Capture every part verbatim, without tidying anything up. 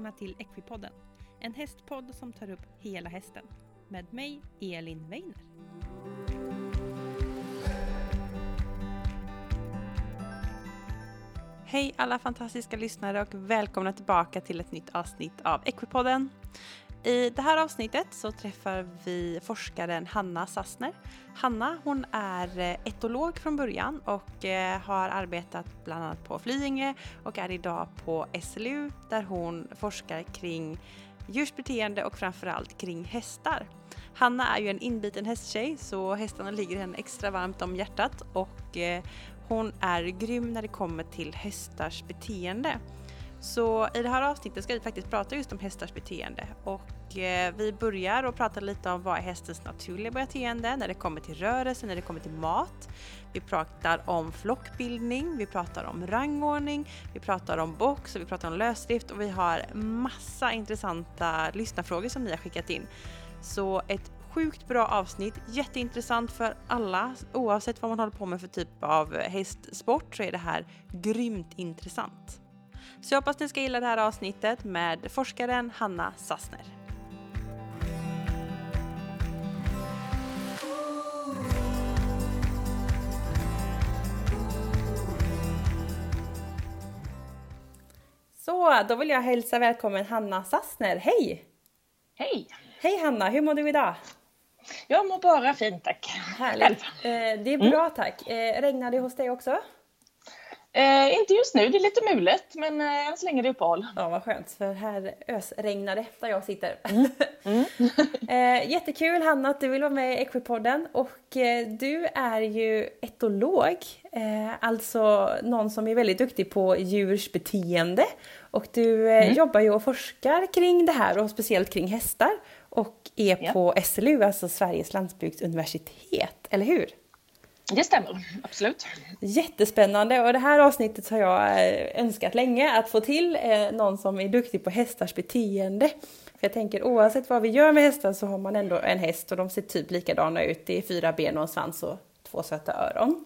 välkomna till Equipodden. En hästpodd som tar upp hela hästen. Med mig, Elin Weiner. Hej alla fantastiska lyssnare och välkomna tillbaka till ett nytt avsnitt av Equipodden. I det här avsnittet så träffar vi forskaren Hanna Sassner. Hanna, hon är etolog från början och har arbetat bland annat på Flyinge och är idag på S L U där hon forskar kring djurs beteende och framförallt kring hästar. Hanna är ju en inbiten hästtjej så hästarna ligger henne extra varmt om hjärtat och hon är grym när det kommer till hästars beteende. Så i det här avsnittet ska vi faktiskt prata just om hästars beteende och eh, vi börjar och prata lite om vad är hästens naturliga beteende när det kommer till rörelse, när det kommer till mat. Vi pratar om flockbildning, vi pratar om rangordning, vi pratar om box och vi pratar om lösdrift och vi har massa intressanta lyssnarfrågor som ni har skickat in. Så ett sjukt bra avsnitt, jätteintressant för alla, oavsett vad man håller på med för typ av hästsport så är det här grymt intressant. Så jag hoppas ni ska gilla det här avsnittet med forskaren Hanna Sassner. Så, då vill jag hälsa välkommen Hanna Sassner. Hej! Hej! Hej Hanna, hur mår du idag? Jag mår bara fint, tack. Härligt. Eh, det är bra, mm. tack. Eh, regnar det hos dig också? Eh, inte just nu, det är lite mulet, men eh, än så länge det är uppehåll. Ja, vad skönt, för här ösregnar det där jag sitter. Mm. Mm. eh, jättekul Hanna att du vill vara med i Equipodden och eh, du är ju etolog, eh, alltså någon som är väldigt duktig på djurs beteende och du eh, mm. jobbar ju och forskar kring det här och speciellt kring hästar och är ja. på S L U, alltså Sveriges lantbruksuniversitet, eller hur? Det stämmer, absolut. Jättespännande och det här avsnittet har jag önskat länge att få till eh, någon som är duktig på hästars beteende. För jag tänker oavsett vad vi gör med hästar så har man ändå en häst och de ser typ likadana ut. Det är fyra ben och en svans och två söta öron.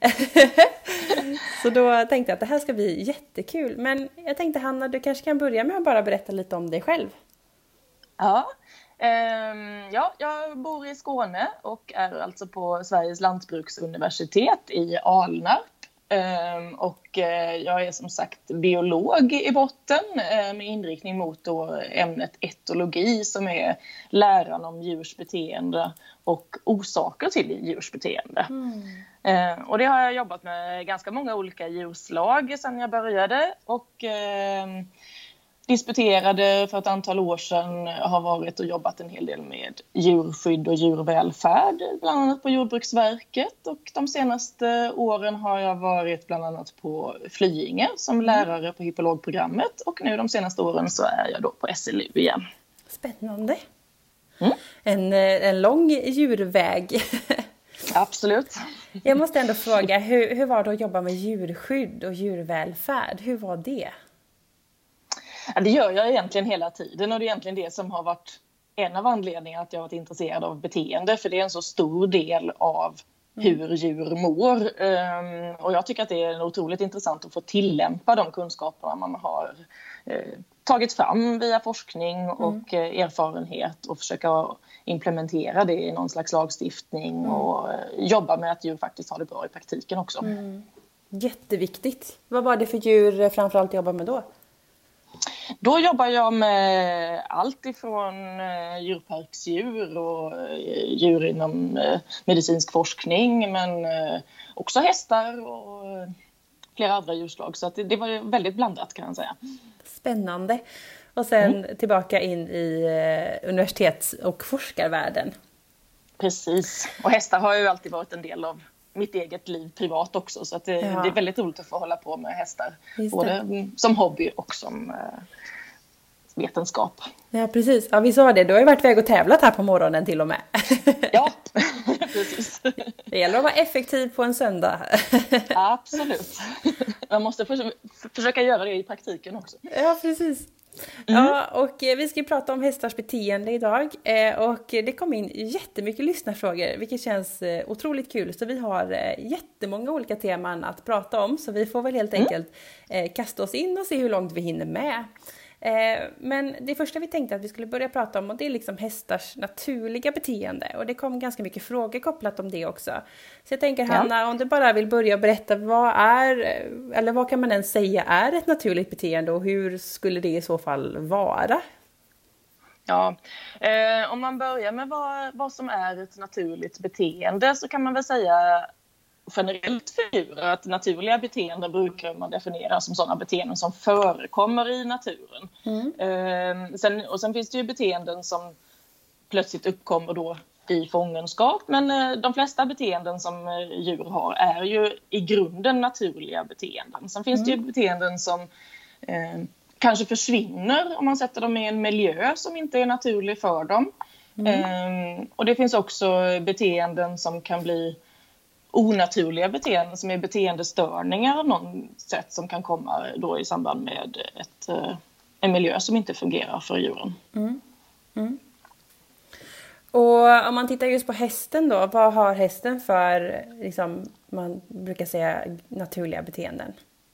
Så då tänkte jag att det här ska bli jättekul. Men jag tänkte Hanna, du kanske kan börja med att bara berätta lite om dig själv. Ja. Um, ja, jag bor i Skåne och är alltså på Sveriges lantbruksuniversitet i Alnarp. Um, och uh, jag är som sagt biolog i botten uh, med inriktning mot då ämnet etologi som är läran om djurs beteende och orsaker till djurs beteende. Mm. Uh, och det har jag jobbat med ganska många olika djurslag sedan jag började och uh, disputerade för ett antal år sedan, har varit och jobbat en hel del med djurskydd och djurvälfärd, bland annat på Jordbruksverket. Och de senaste åren har jag varit bland annat på Flyinge som lärare på hippologprogrammet. Och nu de senaste åren så är jag då på S L U igen. Spännande. Mm. En, en lång djurväg. Absolut. Jag måste ändå fråga, hur, hur var det att jobba med djurskydd och djurvälfärd? Hur var det? Ja, det gör jag egentligen hela tiden och det är egentligen det som har varit en av anledningarna att jag har varit intresserad av beteende. För det är en så stor del av hur djur mår. Um, och jag tycker att det är otroligt intressant att få tillämpa de kunskaperna man har uh, tagit fram via forskning och mm. uh, erfarenhet och försöka implementera det i någon slags lagstiftning mm. och uh, jobba med att djur faktiskt har det bra i praktiken också. Mm. Jätteviktigt. Vad var det för djur framförallt jobba med då? Då jobbar jag med allt ifrån djurparksdjur och djur inom medicinsk forskning men också hästar och flera andra djurslag. Så att det var väldigt blandat kan jag säga. Spännande. Och sen mm. tillbaka in i universitets- och forskarvärlden. Precis. Och hästar har ju alltid varit en del av mitt eget liv privat också. Så att det, ja. det är väldigt roligt att få hålla på med hästar. Både som hobby och som eh, vetenskap. Ja, precis. Ja, vi sa det. Du har ju varit väg och tävlat här på morgonen till och med. Ja, precis. Det gäller att vara effektiv på en söndag. Absolut. Man måste för, försöka göra det i praktiken också. Ja, precis. Mm. Ja, och vi ska prata om hästars beteende idag och det kom in jättemycket lyssnarfrågor vilket känns otroligt kul så vi har jättemånga olika teman att prata om så vi får väl helt enkelt mm. kasta oss in och se hur långt vi hinner med. Eh, men det första vi tänkte att vi skulle börja prata om, och det är liksom hästars naturliga beteende. Och det kom ganska mycket frågor kopplat om det också. Så jag tänker, Hanna, ja. om du bara vill börja berätta, vad är, eller vad kan man ens säga är ett naturligt beteende och hur skulle det i så fall vara? Ja, eh, om man börjar med vad, vad som är ett naturligt beteende, så kan man väl säga generellt för djur att naturliga beteenden brukar man definiera som sådana beteenden som förekommer i naturen. Mm. Eh, sen, och sen finns det ju beteenden som plötsligt uppkommer då i fångenskap, men eh, de flesta beteenden som eh, djur har är ju i grunden naturliga beteenden. Sen finns mm. det ju beteenden som eh, kanske försvinner om man sätter dem i en miljö som inte är naturlig för dem. Mm. Eh, och det finns också beteenden som kan bli onaturliga beteenden, som är beteendestörningar av något sätt, som kan komma då i samband med ett, en miljö som inte fungerar för djuren. Mm. Mm. Och om man tittar just på hästen då, vad har hästen för, liksom, man brukar säga, naturliga beteenden?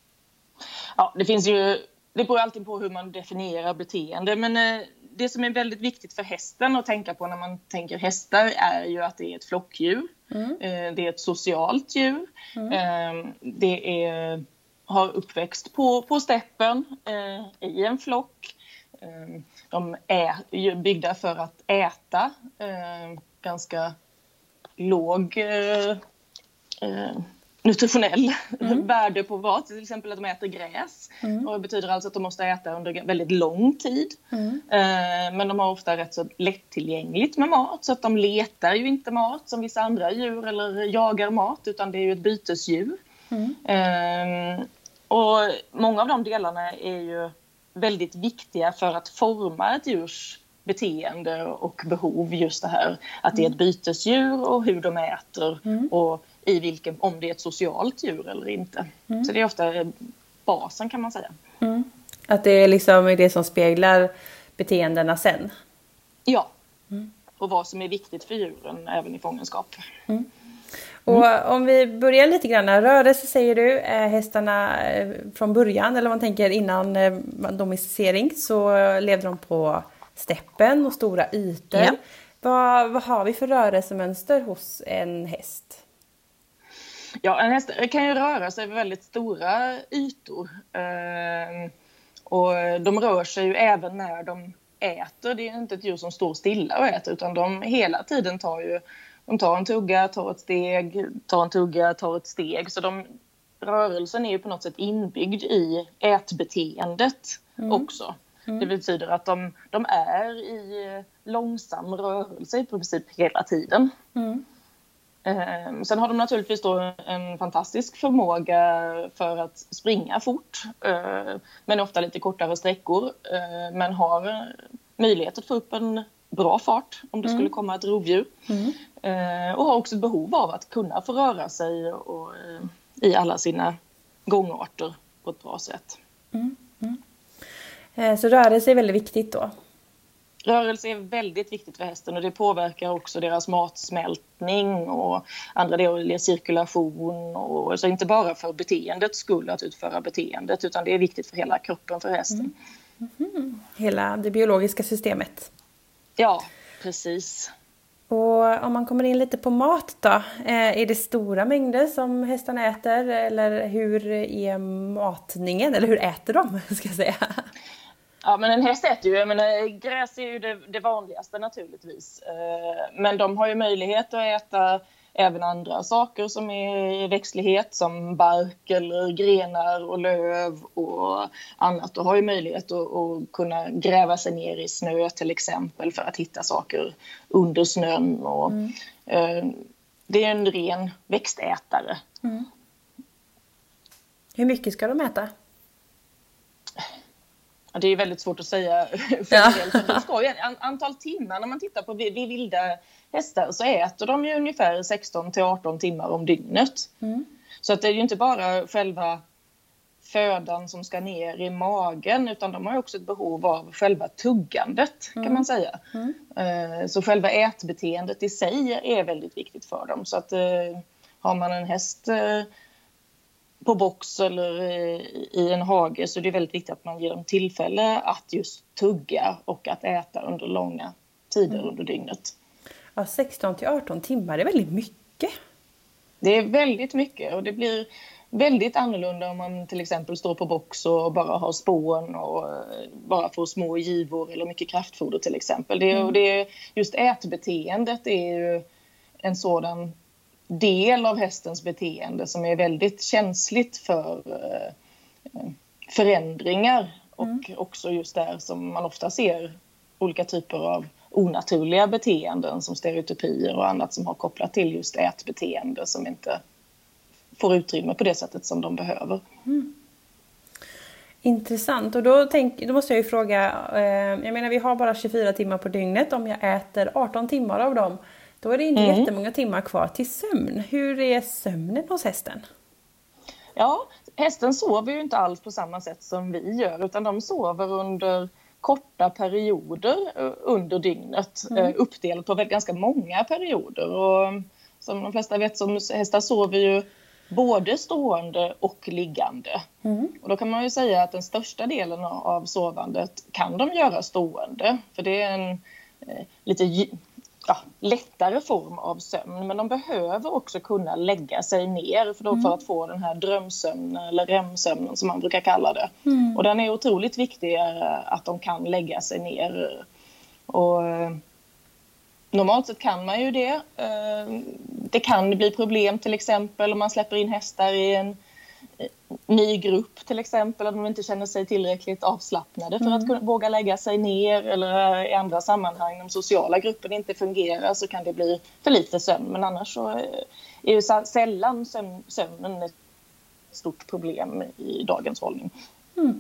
Ja, det finns ju, det beror alltid på hur man definierar beteende, men eh, det som är väldigt viktigt för hästen att tänka på när man tänker hästar är ju att det är ett flockdjur. Mm. Eh, det är ett socialt djur. Mm. Eh, det är, har uppväxt på, på steppen eh, i en flock. Eh, de är byggda för att äta. Eh, ganska låg eh, eh, nutritionell mm. värde på mat, till exempel att de äter gräs. Mm. Och det betyder alltså att de måste äta under väldigt lång tid. Mm. Eh, men de har ofta rätt så lättillgängligt med mat, så att de letar ju inte mat som vissa andra djur eller jagar mat, utan det är ju ett bytesdjur. Mm. Eh, och många av de delarna är ju väldigt viktiga för att forma ett djurs beteende och behov, just det här att det är ett bytesdjur och hur de äter mm. och i vilken, om det är ett socialt djur eller inte. Mm. Så det är ofta basen, kan man säga. Mm. Att det är liksom det som speglar beteendena sen. Ja, mm. och vad som är viktigt för djuren även i fångenskap. Mm. Och om vi börjar lite grann, rörelse säger du, eh, hästarna eh, från början, eller om man tänker innan eh, domesticering, så levde de på steppen och stora ytor. Ja. Vad, vad har vi för rörelsemönster hos en häst? Ja, en häst kan ju röra sig över väldigt stora ytor. Eh, och de rör sig ju även när de äter. Det är inte ett djur som står stilla och äter, utan de hela tiden tar ju de tar en tugga, tar ett steg, tar en tugga, tar ett steg. Så de, rörelsen är ju på något sätt inbyggd i ätbeteendet mm. också. Mm. Det betyder att de, de är i långsam rörelse i princip hela tiden. Mm. Eh, sen har de naturligtvis då en fantastisk förmåga för att springa fort. Eh, men ofta lite kortare sträckor. Eh, men har möjlighet att få upp en bra fart om det mm. skulle komma ett rovdjur. Mm. Eh, och har också behov av att kunna få röra sig och, eh, i alla sina gångarter på ett bra sätt. Mm. Mm. Eh, så rörelse är väldigt viktigt då? Rörelse är väldigt viktigt för hästen, och det påverkar också deras matsmältning och andra delar, cirkulation. Och, så inte bara för beteendets skull att utföra beteendet, utan det är viktigt för hela kroppen för hästen. Mm. Mm-hmm. Hela det biologiska systemet? Ja, precis. Och om man kommer in lite på mat då, är det stora mängder som hästarna äter, eller hur är matningen, eller hur äter de, ska jag säga? Ja, men en häst äter ju, jag menar, gräs är ju det, det vanligaste naturligtvis. Men de har ju möjlighet att äta även andra saker som är i växtlighet, som bark eller grenar och löv och annat. Och har ju möjlighet att, att kunna gräva sig ner i snö till exempel för att hitta saker under snön. Och, mm. eh, det är en ren växtätare. Mm. Hur mycket ska de äta? Ja, det är väldigt svårt att säga generellt. Ja. Ska ju, antal timmar, när man tittar på vid vilda hästar, så äter de ju ungefär sexton till arton timmar om dygnet. Mm. Så att det är ju inte bara själva födan som ska ner i magen, utan de har också ett behov av själva tuggandet, mm. kan man säga. Mm. Så själva ätbeteendet i sig är väldigt viktigt för dem. Så att har man en häst på box eller i en hage, så det är väldigt viktigt att man ger dem tillfälle att just tugga och att äta under långa tider mm. under dygnet. Ja, sexton till arton timmar är väldigt mycket. Det är väldigt mycket, och det blir väldigt annorlunda om man till exempel står på box och bara har spån och bara får små givor eller mycket kraftfoder till exempel. Det, mm. och det, just ätbeteendet är ju en sådan del av hästens beteende som är väldigt känsligt för eh, förändringar och mm. också just där som man ofta ser olika typer av onaturliga beteenden som stereotypier och annat som har kopplat till just ätbeteende som inte får utrymme på det sättet som de behöver. Mm. Intressant. Och då, tänk, då måste jag ju fråga, eh, jag menar vi har bara tjugofyra timmar på dygnet. Om jag äter arton timmar av dem, då är det inte mm. jättemånga timmar kvar till sömn. Hur är sömnen hos hästen? Ja, hästen sover ju inte alls på samma sätt som vi gör, utan de sover under korta perioder under dygnet, mm. uppdelat på väldigt ganska många perioder. Och som de flesta vet, så hästar sover ju både stående och liggande. Mm. Och då kan man ju säga att den största delen av sovandet kan de göra stående. För det är en eh, lite ja, lättare form av sömn. Men de behöver också kunna lägga sig ner för, då, mm. för att få den här drömsömnen eller remsömnen som man brukar kalla det. Mm. Och den är otroligt viktig att de kan lägga sig ner. Och normalt sett kan man ju det. Det kan bli problem till exempel om man släpper in hästar i en ny grupp till exempel, om de inte känner sig tillräckligt avslappnade för mm. att kunna, våga lägga sig ner, eller i andra sammanhang om sociala gruppen inte fungerar så kan det bli för lite sömn. Men annars så är ju sällan sömn, sömnen ett stort problem i dagens hållning. Mm.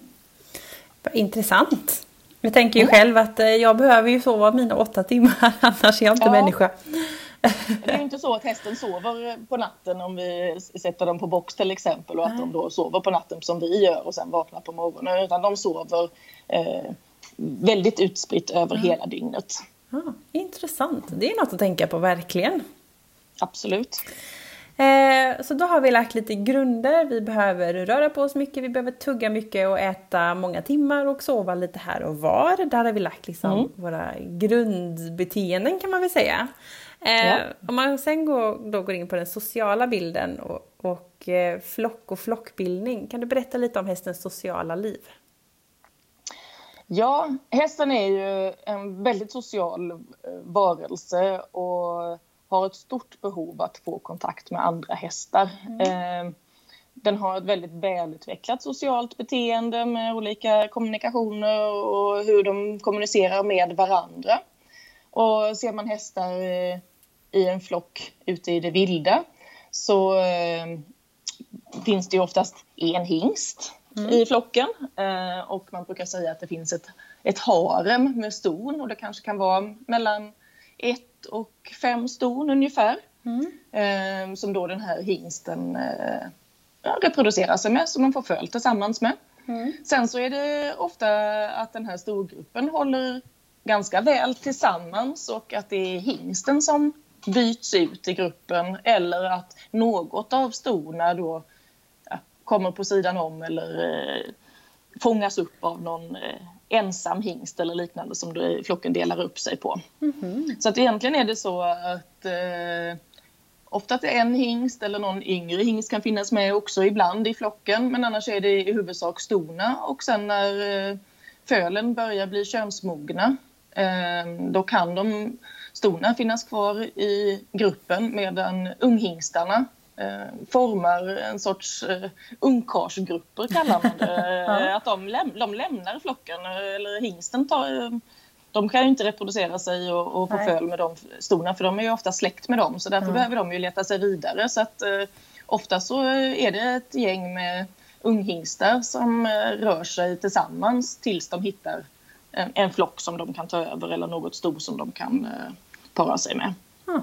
Intressant. Jag tänker ju mm. själv att jag behöver ju sova mina åtta timmar, annars är jag inte ja. människa. Det är ju inte så att hästen sover på natten om vi sätter dem på box till exempel, och att de då sover på natten som vi gör och sen vaknar på morgonen, utan de sover eh, väldigt utspritt över mm. hela dygnet. Ah, intressant, det är något att tänka på verkligen. Absolut. Eh, så då har vi lagt lite grunder. Vi behöver röra på oss mycket, vi behöver tugga mycket och äta många timmar och sova lite här och var. Där har vi lagt liksom mm. våra grundbeteenden kan man väl säga. Eh, ja. Om man sen går, då går in på den sociala bilden och, och eh, flock och flockbildning. Kan du berätta lite om hästens sociala liv? Ja, hästen är ju en väldigt social varelse och har ett stort behov att få kontakt med andra hästar. Mm. Eh, den har ett väldigt välutvecklat socialt beteende med olika kommunikationer och hur de kommunicerar med varandra. Och ser man hästar eh, i en flock ute i det vilda så eh, finns det ju oftast en hingst mm. i flocken. Eh, och man brukar säga att det finns ett, ett harem med ston, och det kanske kan vara mellan ett och fem ston ungefär. Mm. Eh, som då den här hingsten eh, reproducerar sig med, som de får föl tillsammans med. Mm. Sen så är det ofta att den här storgruppen håller ganska väl tillsammans, och att det är hingsten som byts ut i gruppen, eller att något av storna då ja, kommer på sidan om eller eh, fångas upp av någon eh, ensam hingst eller liknande som då flocken delar upp sig på. Mm-hmm. Så att egentligen är det så att eh, ofta att det är en hingst eller någon yngre hingst kan finnas med också ibland i flocken, men annars är det i huvudsak storna. Och sen när eh, fölen börjar bli könsmogna, eh, då kan de storna finnas kvar i gruppen, medan unghingstarna eh, formar en sorts eh, ungkarsgrupper kallar man det. Ja. Att de, läm- de lämnar flocken, eller hingsten tar, de kan ju inte reproducera sig och, och få föl med de storna, för de är ju ofta släkt med dem, så därför mm. behöver de ju leta sig vidare. Så att eh, ofta så är det ett gäng med unghingstar som eh, rör sig tillsammans tills de hittar en, en flock som de kan ta över, eller något stor som de kan eh, para sig med. Mm.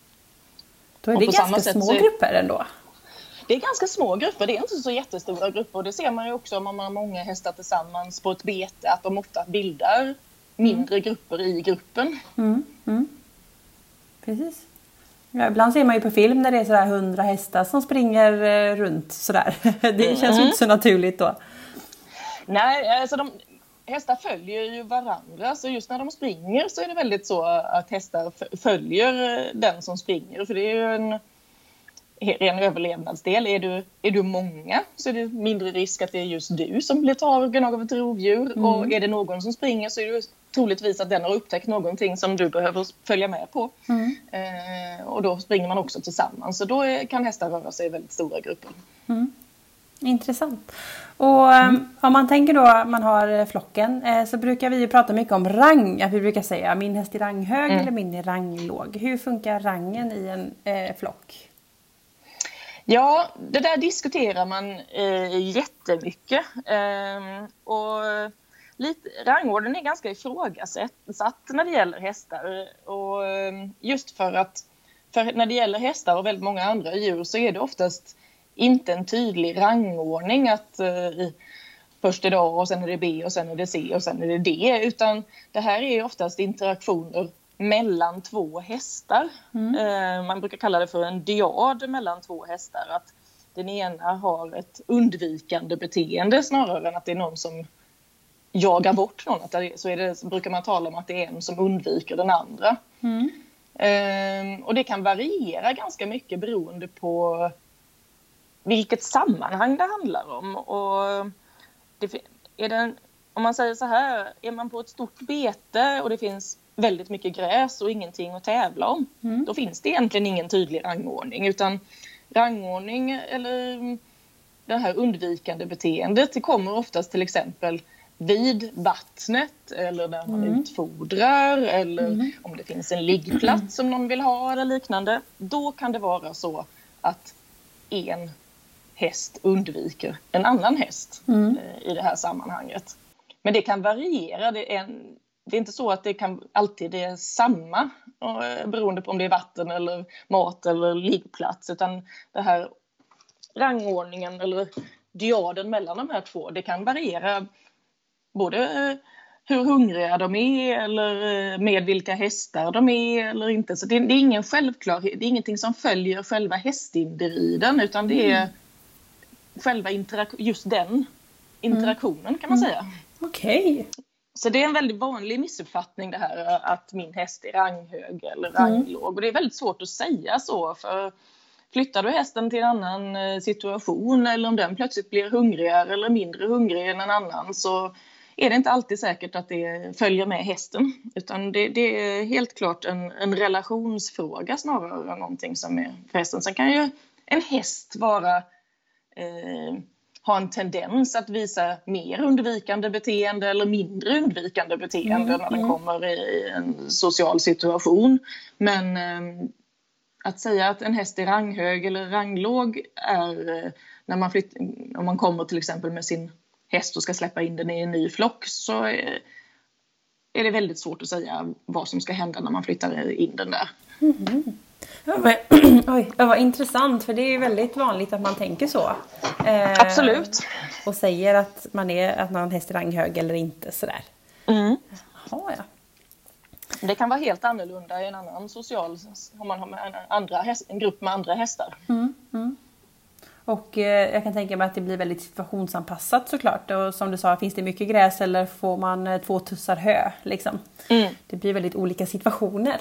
Då är det ganska små är, grupper ändå. Det är ganska små grupper, det är inte så jättestora grupper, och det ser man ju också om man har många hästar tillsammans på ett bete, att de ofta bildar mindre mm. grupper i gruppen. Mm. Mm. Precis. Ja, ibland ser man ju på film när det är sådär hundra hästar som springer eh, runt sådär. Det känns ju mm. inte så naturligt då. Nej, alltså de, hästar följer ju varandra. Så just när de springer så är det väldigt så att hästar följer den som springer. För det är ju en ren överlevnadsdel. Är du, är du många så är det mindre risk att det är just du som blir tagen av ett rovdjur. Mm. Och är det någon som springer så är det troligtvis att den har upptäckt någonting som du behöver följa med på. Mm. Eh, och då springer man också tillsammans. Så då är, kan hästar röra sig i väldigt stora grupper. Mm. Intressant. Och mm. om man tänker då att man har flocken eh, så brukar vi ju prata mycket om rang. Att vi brukar säga min häst är ranghög mm. eller min är ranglåg. Hur funkar rangen i en eh, flock? Ja, det där diskuterar man eh, jättemycket. Eh, och lite, rangordningen är ganska ifrågasatt när det gäller hästar. Och eh, just för att för när det gäller hästar och väldigt många andra djur så är det oftast inte en tydlig rangordning att eh, först är det A och sen är det B och sen är det C och sen är det D. Utan det här är oftast interaktioner mellan två hästar. Mm. Eh, man brukar kalla det för en dyad mellan två hästar. Att den ena har ett undvikande beteende snarare än att det är någon som jagar bort någon. Att det, så, är det, så brukar man tala om att det är en som undviker den andra. Mm. Eh, och det kan variera ganska mycket beroende på vilket sammanhang det handlar om. Och det, är det, om man säger så här, är man på ett stort bete och det finns väldigt mycket gräs och ingenting att tävla om. Mm. Då finns det egentligen ingen tydlig rangordning. Utan rangordning eller det här undvikande beteendet det kommer oftast till exempel vid vattnet eller när man mm. utfodrar eller mm. om det finns en liggplats som någon vill ha eller liknande. Då kan det vara så att en häst undviker en annan häst mm. i det här sammanhanget. Men det kan variera. Det är, en, det är inte så att det kan alltid är samma beroende på om det är vatten eller mat eller liggplats. Utan det här rangordningen eller dyaden mellan de här två, det kan variera både hur hungriga de är eller med vilka hästar de är eller inte. Så det är, det är ingen självklarhet, det är ingenting som följer själva hästindividen utan det är mm. själva interak- just den interaktionen kan man säga. Mm. Okej. Okay. Så det är en väldigt vanlig missuppfattning det här att min häst är ranghög eller ranglåg. Mm. Och det är väldigt svårt att säga så för flyttar du hästen till en annan situation eller om den plötsligt blir hungrigare eller mindre hungrig än en annan så är det inte alltid säkert att det följer med hästen. Utan det, det är helt klart en, en relationsfråga snarare än någonting som är för hästen. Sen kan ju en häst vara, eh, ha en tendens att visa mer undvikande beteende eller mindre undvikande beteende mm, när den mm. kommer i en social situation. Men eh, att säga att en häst är ranghög eller ranglåg är eh, när man flytt, om man kommer till exempel med sin häst och ska släppa in den i en ny flock så är det väldigt svårt att säga vad som ska hända när man flyttar in den där. Mm. Ja, men, oj, det var intressant för det är ju väldigt vanligt att man tänker så. Eh, Absolut. Och säger att man är att någon häst är ranghög eller inte sådär. Mm. Jaha, ja. Det kan vara helt annorlunda i en annan social om man har med andra häst, en grupp med andra hästar. Mm. Mm. Och eh, jag kan tänka mig att det blir väldigt situationsanpassat såklart. Och som du sa, finns det mycket gräs eller får man eh, två tussar hö? Liksom. Mm. Det blir väldigt olika situationer.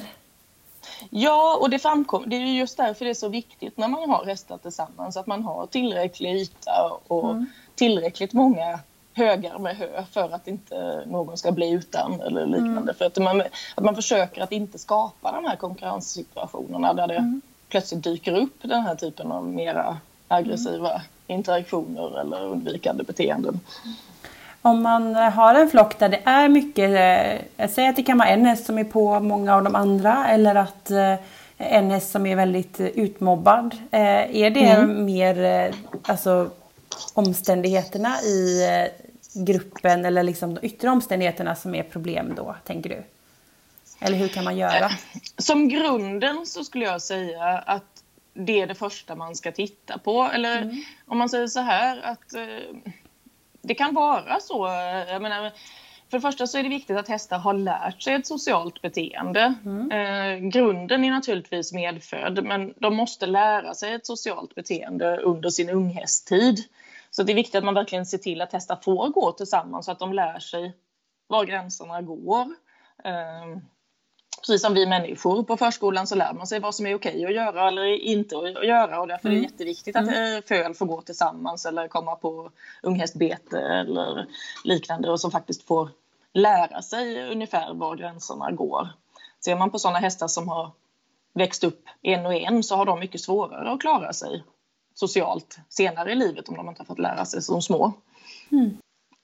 Ja, och det framkom, det är just därför det är så viktigt när man har hästar tillsammans. Att man har tillräcklig yta och mm. tillräckligt många högar med hö för att inte någon ska bli utan eller liknande. Mm. För att man, att man försöker att inte skapa de här konkurrenssituationerna där det mm. plötsligt dyker upp den här typen av mera aggressiva mm. interaktioner eller undvikande beteenden. Om man har en flock där det är mycket, jag säger att det kan vara en häst som är på många av de andra eller att en häst som är väldigt utmobbad. Är det mm. mer alltså, omständigheterna i gruppen eller liksom de yttre omständigheterna som är problem då, tänker du? Eller hur kan man göra? Som grunden så skulle jag säga att det är det första man ska titta på. Eller mm. om man säger så här att eh, det kan vara så. Jag menar, För det första så är det viktigt att hästar har lärt sig ett socialt beteende. Mm. Eh, grunden är naturligtvis medfödd, men de måste lära sig ett socialt beteende under sin unghästtid. Så det är viktigt att man verkligen ser till att hästar får gå tillsammans så att de lär sig var gränserna går. Eh, precis som vi människor på förskolan så lär man sig vad som är okej att göra eller inte att göra. Och därför mm. är det jätteviktigt att mm. föl får gå tillsammans eller komma på unghästbete eller liknande. Och som faktiskt får lära sig ungefär var gränserna går. Ser man på sådana hästar som har växt upp en och en så har de mycket svårare att klara sig socialt senare i livet om de inte har fått lära sig som små. Mm.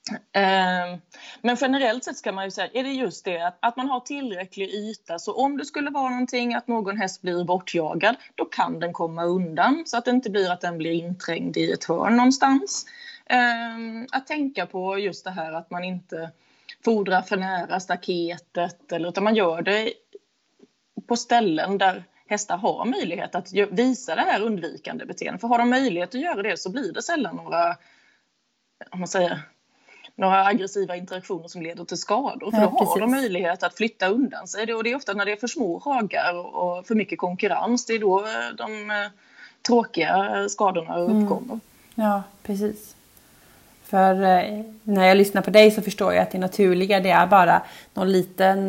Men generellt sett ska man ju säga, är det just det att, att man har tillräcklig yta, så om det skulle vara någonting att någon häst blir bortjagad, då kan den komma undan så att det inte blir att den blir inträngd i ett hörn någonstans. Att tänka på just det här att man inte fordrar för nära staketet, eller utan man gör det på ställen där hästar har möjlighet att visa det här undvikande beteendet. För har de möjlighet att göra det så blir det sällan några, om man säger, några aggressiva interaktioner som leder till skador. För ja, då har precis. de möjlighet att flytta undan sig. Och det är ofta när det är för små hagar och för mycket konkurrens. Det är då de tråkiga skadorna uppkommer. Mm. Ja, precis. För när jag lyssnar på dig så förstår jag att det naturliga det är bara någon liten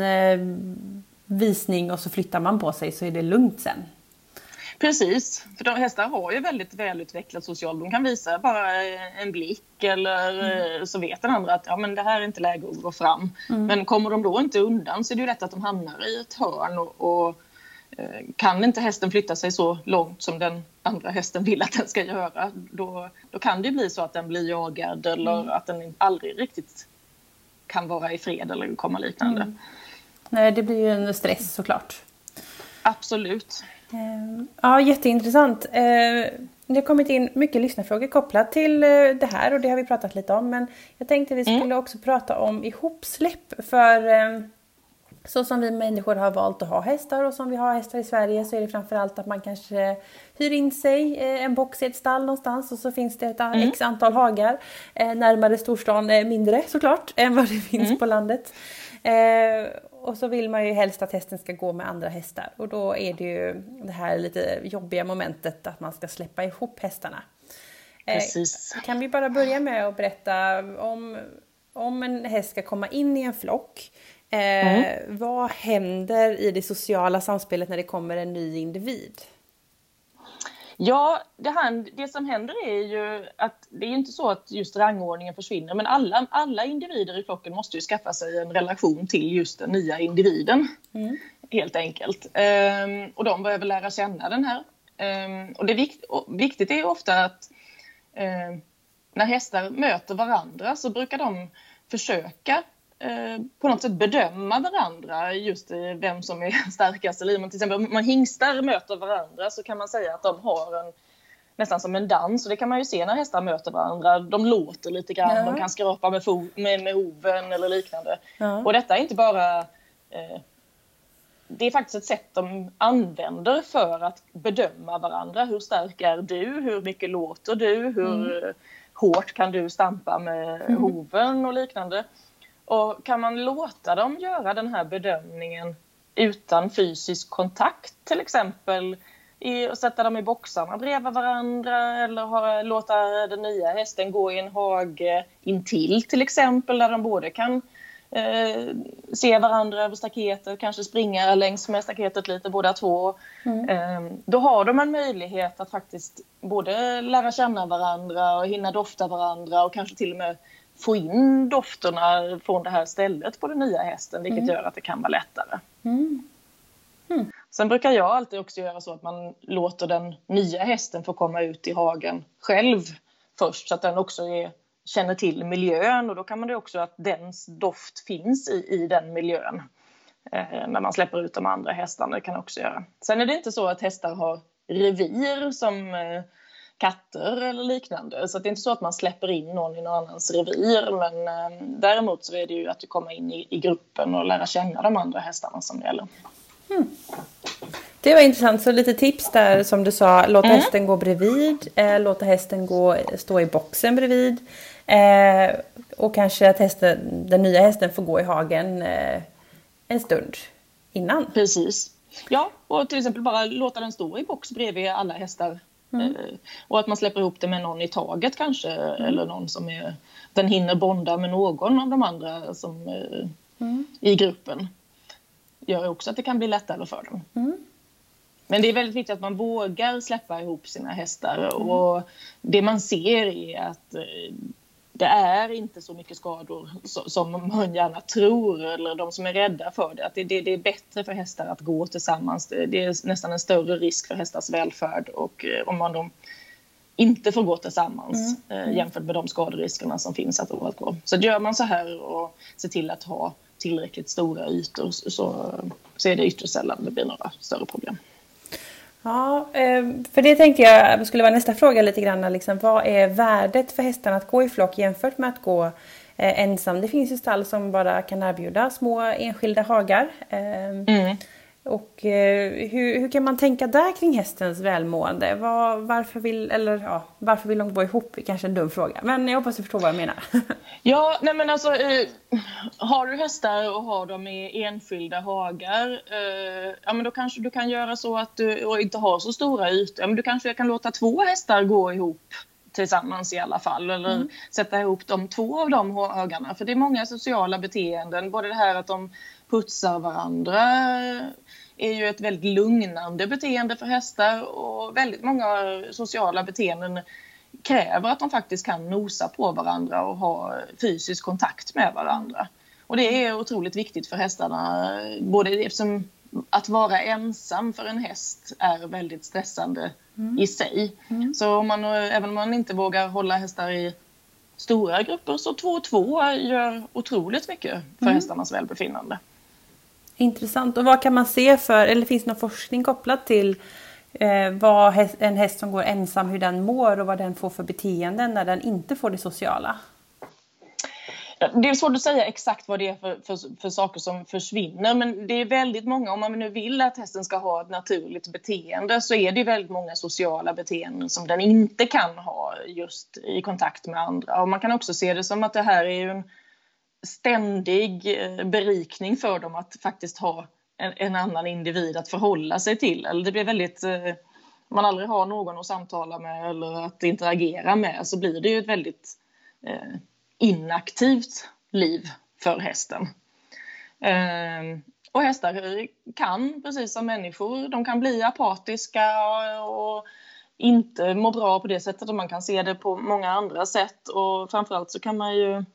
visning och så flyttar man på sig så är det lugnt sen. Precis, för de hästar har ju väldigt välutvecklat socialt. De kan visa bara en blick eller mm. så vet den andra att ja, men det här är inte läge att gå fram. Mm. Men kommer de då inte undan så är det ju lätt att de hamnar i ett hörn och, och kan inte hästen flytta sig så långt som den andra hästen vill att den ska göra, då, då kan det bli så att den blir jagad eller mm. att den aldrig riktigt kan vara i fred eller komma liknande. Mm. Nej, det blir ju en stress såklart. Absolut. Ja, jätteintressant. Det har kommit in mycket lyssnarfrågor kopplat till det här och det har vi pratat lite om. Men jag tänkte vi skulle mm. också prata om ihopsläpp. För så som vi människor har valt att ha hästar och som vi har hästar i Sverige så är det framförallt att man kanske hyr in sig en box i ett stall någonstans och så finns det ett mm. x antal hagar. Närmare storstan mindre såklart än vad det finns mm. på landet. Och så vill man ju helst att hästen ska gå med andra hästar. Och då är det ju det här lite jobbiga momentet att man ska släppa ihop hästarna. Precis. Eh, kan vi bara börja med att berätta om, om en häst ska komma in i en flock. Eh, mm. Vad händer i det sociala samspelet när det kommer en ny individ? Ja, det, här, det som händer är ju att det är inte så att just rangordningen försvinner. Men alla, alla individer i flocken måste ju skaffa sig en relation till just den nya individen. Mm. Helt enkelt. Um, och de behöver lära känna den här. Um, och det är vikt, och viktigt är ofta att um, när hästar möter varandra så brukar de försöka på något sätt bedöma varandra just vem som är starkast. Eller till exempel om man hingstar möter varandra så kan man säga att de har en, nästan som en dans. Och det kan man ju se när hästar möter varandra. De låter lite grann, ja. De kan skrapa med, fo- med, med hoven eller liknande. Ja. Och detta är inte bara... Eh, det är faktiskt ett sätt de använder för att bedöma varandra. Hur stark är du? Hur mycket låter du? Hur mm. hårt kan du stampa med mm. hoven och liknande? Och kan man låta dem göra den här bedömningen utan fysisk kontakt till exempel i, och sätta dem i boxarna bredvid varandra eller ha, låta den nya hästen gå i en hage intill till exempel där de både kan eh, se varandra över staketet, kanske springa längs med staketet lite båda två. Mm. Eh, då har de en möjlighet att faktiskt både lära känna varandra och hinna dofta varandra och kanske till och med få in dofterna från det här stället på den nya hästen, vilket mm. gör att det kan vara lättare. Mm. Mm. Sen brukar jag alltid också göra så att man låter den nya hästen få komma ut i hagen själv först, så att den också är, känner till miljön, och då kan man det också att dens doft finns i, i den miljön eh, när man släpper ut de andra hästarna. Det kan också göra. Sen är det inte så att hästar har revir som eh, katter eller liknande. Så det är inte så att man släpper in någon i någon annans revir. Men eh, däremot så är det ju att du kommer in i, i gruppen och lära känna de andra hästarna som det gäller. Mm. Det var intressant. Så lite tips där som du sa. Låta mm. hästen gå bredvid. Eh, låta hästen gå, stå i boxen bredvid. Eh, och kanske att hästen, den nya hästen får gå i hagen eh, en stund innan. Precis. Ja, och till exempel bara låta den stå i box bredvid alla hästar. Mm. Eh, och att man släpper ihop det med någon i taget kanske. Mm. Eller någon som är, den hinner bonda med någon av de andra som, eh, mm. i gruppen. Gör också att det kan bli lättare för dem. Mm. Men det är väldigt viktigt att man vågar släppa ihop sina hästar. Mm. Och det man ser är att det är inte så mycket skador som man gärna tror. Eller de som är rädda för det. Att det, det, det är bättre för hästar att gå tillsammans. Det är nästan en större risk för hästars välfärd. Och om man då inte får gå tillsammans mm. Mm. jämfört med de skaderiskerna som finns att gå. Så gör man så här och ser till att ha tillräckligt stora ytor så, så är det ytterst sällan det blir några större problem. Ja, för det tänkte jag skulle vara nästa fråga lite grann. Liksom, vad är värdet för hästarna att gå i flock jämfört med att gå eh, ensam? Det finns ju stall som bara kan erbjuda små enskilda hagar. Eh, mm. Och eh, hur, hur kan man tänka där kring hästens välmående? Var, varför, vill, eller, ja, varför vill de gå ihop? Kanske en dum fråga, men jag hoppas du förstår vad jag menar. Ja, nej men alltså, eh, har du hästar och har dem i enskilda hagar, eh, ja men då kanske du kan göra så att du och inte har så stora ytor. Ja, men du kanske kan låta två hästar gå ihop tillsammans i alla fall. Eller mm. sätta ihop de två av de hagarna. För det är många sociala beteenden. Både det här att de putsar varandra är ju ett väldigt lugnande beteende för hästar. Och väldigt många sociala beteenden kräver att de faktiskt kan nosa på varandra och ha fysisk kontakt med varandra. Och det är otroligt viktigt för hästarna. Både eftersom att vara ensam för en häst är väldigt stressande mm. i sig. Mm. Så om man, även om man inte vågar hålla hästar i stora grupper så två och två gör otroligt mycket för mm. hästarnas välbefinnande. Intressant. Och vad kan man se för, eller finns det någon forskning kopplat till eh, vad häst, en häst som går ensam, hur den mår och vad den får för beteenden när den inte får det sociala? Det är svårt att säga exakt vad det är för, för, för saker som försvinner. Men det är väldigt många, om man nu vill att hästen ska ha ett naturligt beteende så är det väldigt många sociala beteenden som den inte kan ha just i kontakt med andra. Och man kan också se det som att det här är en ständig berikning för dem att faktiskt ha en, en annan individ att förhålla sig till. Eller det blir väldigt, om man aldrig har någon att samtala med eller att interagera med så blir det ju ett väldigt eh, inaktivt liv för hästen. Eh, och hästar kan, precis som människor, de kan bli apatiska och inte må bra på det sättet. Och man kan se det på många andra sätt. Och framförallt så kan man ju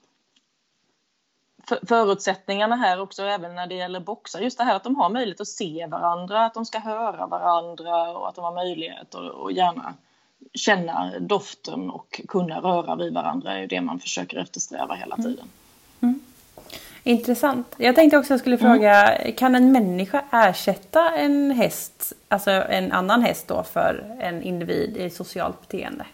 förutsättningarna här också även när det gäller boxar. Just det här att de har möjlighet att se varandra, att de ska höra varandra och att de har möjlighet att och gärna känna doften och kunna röra vid varandra är ju det man försöker eftersträva hela tiden. Mm. Mm. Intressant. Jag tänkte också jag skulle fråga, mm. kan en människa ersätta en häst, alltså en annan häst då för en individ i socialt beteende?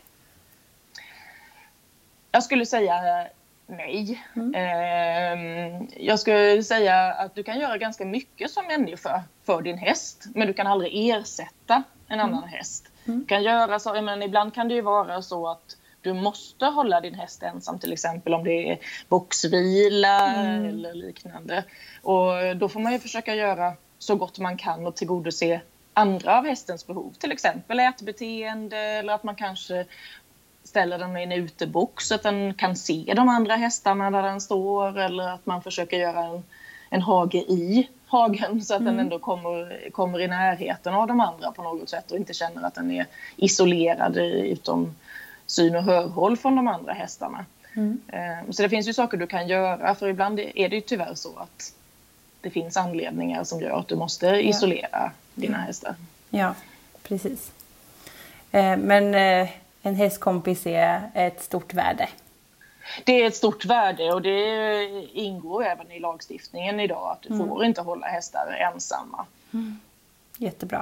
Jag skulle säga nej. Mm. Jag skulle säga att du kan göra ganska mycket som människa för din häst. Men du kan aldrig ersätta en annan mm. häst. Mm. Du kan göra så, men ibland kan det ju vara så att du måste hålla din häst ensam. Till exempel om det är boxvila mm. eller liknande. Och då får man ju försöka göra så gott man kan och tillgodose andra av hästens behov. Till exempel ätbeteende eller att man kanske ställer den i en utebox så att den kan se de andra hästarna där den står. Eller att man försöker göra en, en hage i hagen så att mm. den ändå kommer, kommer i närheten av de andra på något sätt. Och inte känner att den är isolerad utom syn- och hörhåll från de andra hästarna. Mm. Så det finns ju saker du kan göra. För ibland är det ju tyvärr så att det finns anledningar som gör att du måste isolera ja. dina hästar. Ja, precis. Men en hästkompis är ett stort värde. Det är ett stort värde och det ingår även i lagstiftningen idag att du mm. får inte hålla hästar ensamma. Mm. Jättebra.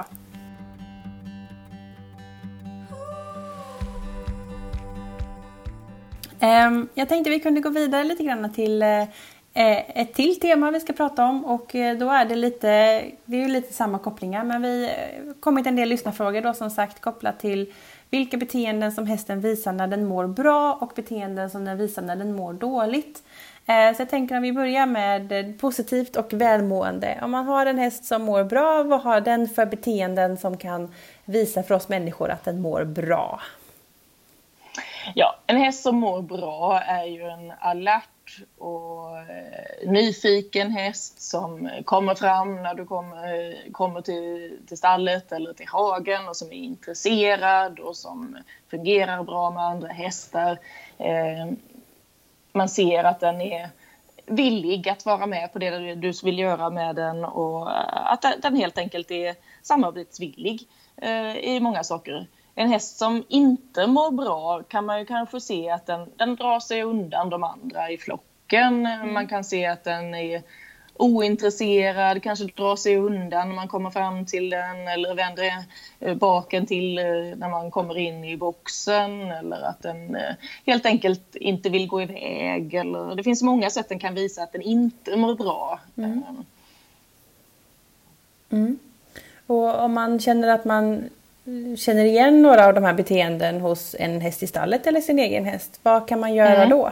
Um, jag tänkte vi kunde gå vidare lite grann till uh, ett till tema vi ska prata om, och då är det lite, det är ju lite samma kopplingar, men vi har kommit en del lyssnarfrågor då som sagt kopplat till vilka beteenden som hästen visar när den mår bra och beteenden som den visar när den mår dåligt. Så jag tänker om vi börjar med positivt och välmående. Om man har en häst som mår bra, vad har den för beteenden som kan visa för oss människor att den mår bra? Ja, en häst som mår bra är ju en alert och eh, nyfiken häst som kommer fram när du kommer, kommer till, till stallet eller till hagen och som är intresserad och som fungerar bra med andra hästar. Eh, man ser att den är villig att vara med på det du vill göra med den och att den helt enkelt är samarbetsvillig eh, i många saker. En häst som inte mår bra kan man ju kanske se att den, den drar sig undan de andra i flocken. Mm. Man kan se att den är ointresserad, kanske drar sig undan när man kommer fram till den eller vänder baken till när man kommer in i boxen, eller att den helt enkelt inte vill gå iväg. Eller, det finns många sätt den kan visa att den inte mår bra. Mm. Mm. Och om man känner att man känner igen några av de här beteenden hos en häst i stallet eller sin egen häst, vad kan man göra mm. då?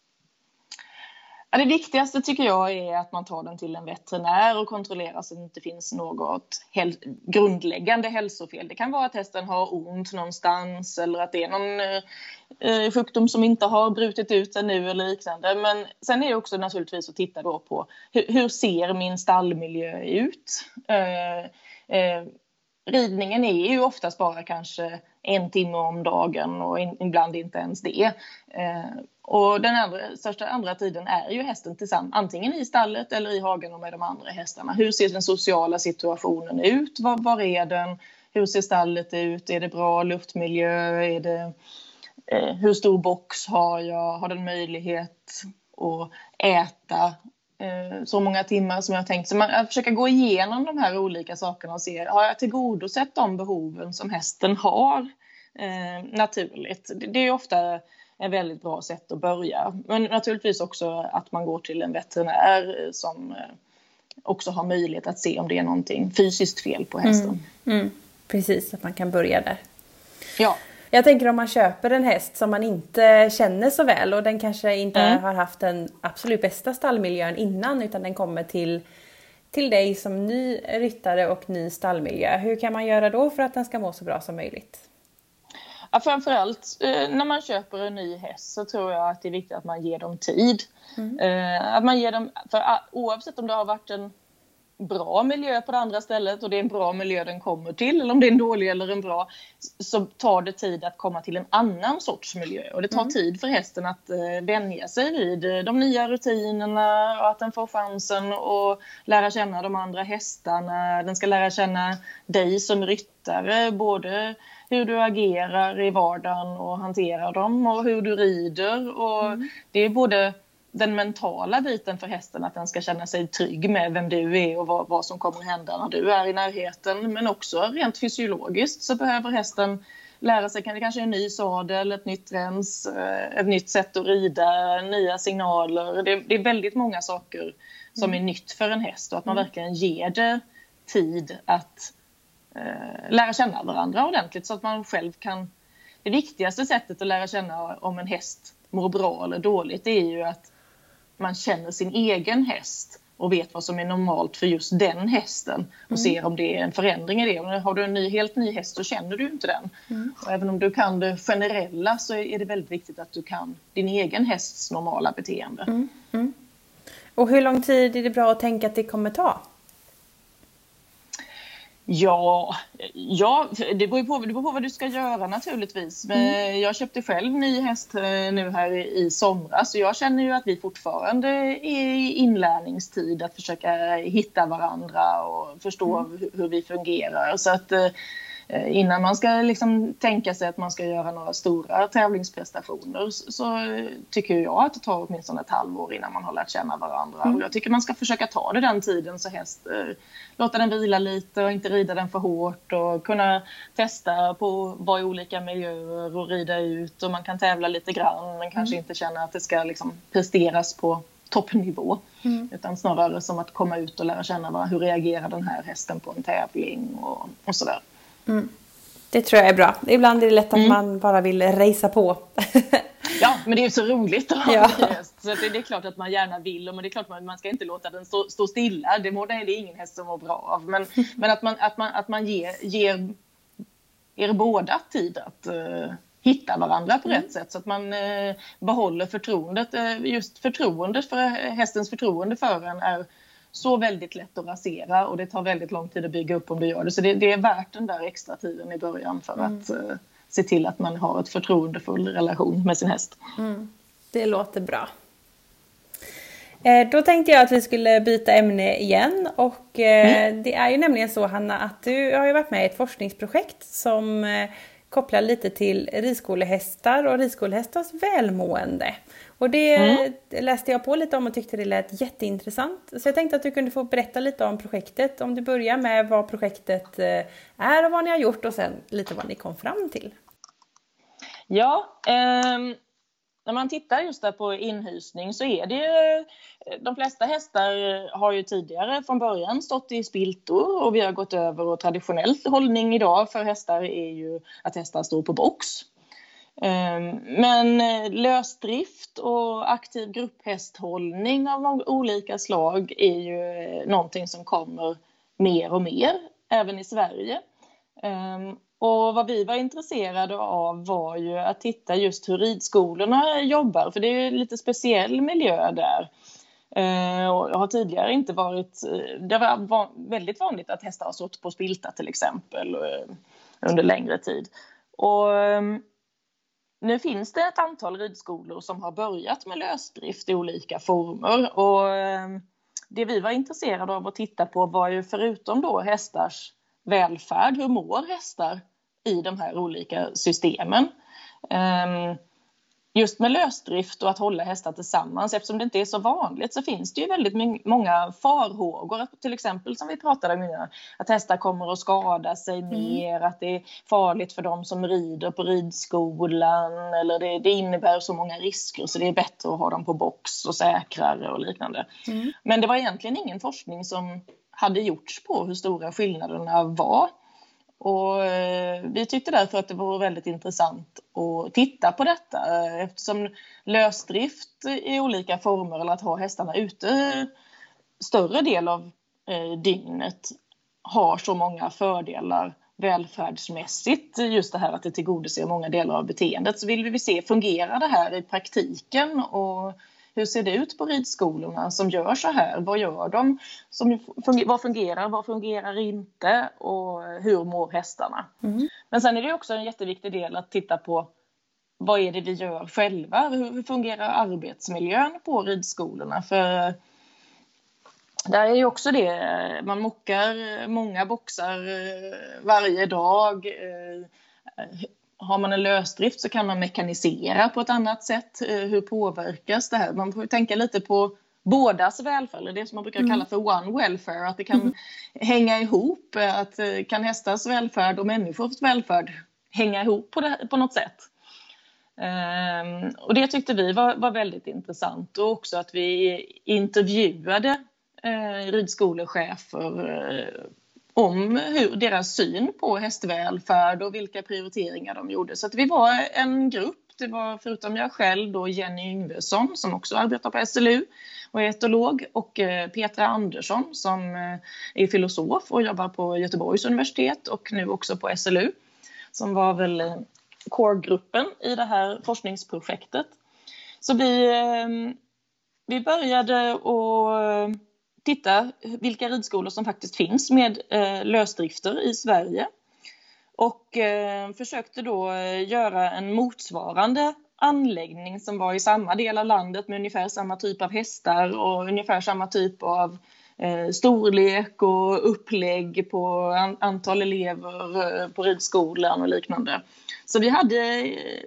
Ja, det viktigaste tycker jag är att man tar den till en veterinär och kontrollerar så att det inte finns något häl- grundläggande hälsofel. Det kan vara att hästen har ont någonstans eller att det är någon eh, sjukdom som inte har brutit ut sig nu eller liknande. Men sen är det också naturligtvis att titta då på hur, hur ser min stallmiljö ut? Eh, eh, Ridningen är ju oftast bara kanske en timme om dagen och in, ibland inte ens det. Eh, och den andra, största andra tiden är ju hästen tillsammans, antingen i stallet eller i hagen och med de andra hästarna. Hur ser den sociala situationen ut? Var, var är den? Hur ser stallet ut? Är det bra luftmiljö? Är det, eh, hur stor box har jag? Har den möjlighet att äta så många timmar som jag har tänkt? Så man försöker gå igenom de här olika sakerna och se, har jag tillgodosett de behoven som hästen har eh, naturligt? Det, det är ofta ett väldigt bra sätt att börja. Men naturligtvis också att man går till en veterinär som eh, också har möjlighet att se om det är någonting fysiskt fel på hästen. Mm, mm, precis, att man kan börja där. Ja. Jag tänker om man köper en häst som man inte känner så väl och den kanske inte mm. har haft den absolut bästa stallmiljön innan, utan den kommer till, till dig som ny ryttare och ny stallmiljö. Hur kan man göra då för att den ska må så bra som möjligt? Ja, framförallt när man köper en ny häst så tror jag att det är viktigt att man ger dem tid. Mm. Att man ger dem, för oavsett om det har varit en bra miljö på det andra stället och det är en bra miljö den kommer till, eller om det är en dålig eller en bra, så tar det tid att komma till en annan sorts miljö. Och det tar mm. tid för hästen att uh, vänja sig vid de nya rutinerna och att den får chansen att lära känna de andra hästarna. Den ska lära känna dig som ryttare, både hur du agerar i vardagen och hanterar dem och hur du rider. Och mm. det är både den mentala biten för hästen, att den ska känna sig trygg med vem du är och vad, vad som kommer hända när du är i närheten. Men också rent fysiologiskt så behöver hästen lära sig, det kanske är en ny sadel, ett nytt rens, ett nytt sätt att rida, nya signaler. Det, det är väldigt många saker som är nytt för en häst, och att man verkligen ger det tid att eh, lära känna varandra ordentligt så att man själv kan... Det viktigaste sättet att lära känna om en häst mår bra eller dåligt, det är ju att man känner sin egen häst och vet vad som är normalt för just den hästen och mm. ser om det är en förändring i det. Och har du en ny, helt ny häst så känner du inte den. Mm. Och även om du kan det generella så är det väldigt viktigt att du kan din egen hästs normala beteende. Mm. Mm. Och hur lång tid är det bra att tänka att det kommer ta? Ja, ja det, beror på, det beror på vad du ska göra naturligtvis. Mm. Jag köpte själv ny häst nu här i somras, så jag känner ju att vi fortfarande är i inlärningstid att försöka hitta varandra och förstå mm. hur, hur vi fungerar. Så att innan man ska liksom tänka sig att man ska göra några stora tävlingsprestationer så tycker jag att det tar åtminstone ett halvår innan man har lärt känna varandra. Mm. Och jag tycker man ska försöka ta det den tiden så häst, låta den vila lite och inte rida den för hårt och kunna testa på vad i olika miljöer och rida ut, och man kan tävla lite grann men kanske mm. inte känna att det ska liksom presteras på toppnivå. Mm. Utan snarare som att komma ut och lära känna vad, hur reagerar den här hästen på en tävling och, och sådär. Mm. Det tror jag är bra. Ibland är det lätt att Mm. man bara vill racea på. Ja, men det är ju så roligt att ha Ja. en häst. Så det, det är klart att man gärna vill, men det är klart att man ska inte låta den stå, stå stilla. Det, må, det är ingen häst som mår bra av. Men, men att man, att man, att man ger, ger er båda tid att uh, hitta varandra på mm. rätt sätt. Så att man uh, behåller förtroendet. Uh, just förtroendet för hästens förtroende för en är så väldigt lätt att rasera. Och det tar väldigt lång tid att bygga upp om du gör det. Så det, det är värt den där extra tiden i början för mm. att... Uh, se till att man har ett förtroendefull relation med sin häst. Mm. Det låter bra. Eh, då tänkte jag att vi skulle byta ämne igen. Och eh, mm. det är ju nämligen så, Hanna, att du har ju varit med i ett forskningsprojekt som eh, kopplar lite till ridskolehästar och ridskolehästars välmående. Och det mm. läste jag på lite om och tyckte det lät jätteintressant. Så jag tänkte att du kunde få berätta lite om projektet. Om du börjar med vad projektet är och vad ni har gjort och sen lite vad ni kom fram till. Ja, eh, när man tittar just där på inhysning så är det de flesta hästar har ju tidigare från början stått i spiltor och vi har gått över och traditionell hållning idag för hästar är ju att hästar står på box. Eh, men lösdrift och aktiv grupphästhållning av olika slag är ju någonting som kommer mer och mer även i Sverige. Eh, Och vad vi var intresserade av var ju att titta just hur ridskolorna jobbar. För det är ju lite speciell miljö där. Och jag har tidigare inte varit... Det var väldigt vanligt att hästar har stått på spilta till exempel under längre tid. Och nu finns det ett antal ridskolor som har börjat med lösdrift i olika former. Och det vi var intresserade av att titta på var ju förutom då hästars välfärd, hur mår hästar i de här olika systemen. Um, just med lösdrift och att hålla hästar tillsammans, eftersom det inte är så vanligt så finns det ju väldigt många farhågor, till exempel som vi pratade om innan, att hästar kommer att skada sig mm. mer, att det är farligt för dem som rider på ridskolan eller det, det innebär så många risker så det är bättre att ha dem på box och säkrare och liknande. Mm. Men det var egentligen ingen forskning som hade gjorts på hur stora skillnaderna var. Och vi tyckte därför att det var väldigt intressant att titta på detta eftersom lösdrift i olika former eller att ha hästarna ute större del av dygnet har så många fördelar välfärdsmässigt, just det här att det tillgodoser många delar av beteendet, så vill vi se, fungerar det här i praktiken och hur ser det ut på ridskolorna som gör så här? Vad gör de? Som, vad fungerar? Vad fungerar inte? Och hur mår hästarna? Mm. Men sen är det också en jätteviktig del att titta på vad är det vi gör själva? Hur fungerar arbetsmiljön på ridskolorna? För där är ju också det, man mockar många boxar varje dag. Har man en lösdrift så kan man mekanisera på ett annat sätt. Hur påverkas det här? Man får tänka lite på bådas välfärd. Det som man brukar mm. kalla för one welfare. Att det kan mm. hänga ihop. Att kan hästars välfärd och människors välfärd hänga ihop på, det, på något sätt. Um, och det tyckte vi var, var väldigt intressant. Och också att vi intervjuade uh, ridskolechefer uh, om hur deras syn på hästvälfärd och vilka prioriteringar de gjorde. Så att vi var en grupp, det var förutom jag själv då Jenny Yngvesson som också arbetar på S L U och är etolog och Petra Andersson som är filosof och jobbar på Göteborgs universitet och nu också på S L U som var väl core-gruppen i det här forskningsprojektet. Så vi, vi började att titta vilka ridskolor som faktiskt finns med eh, lösdrifter i Sverige. Och eh, försökte då göra en motsvarande anläggning som var i samma del av landet med ungefär samma typ av hästar och ungefär samma typ av eh, storlek och upplägg på an- antal elever eh, på ridskolan och liknande. Så vi hade eh,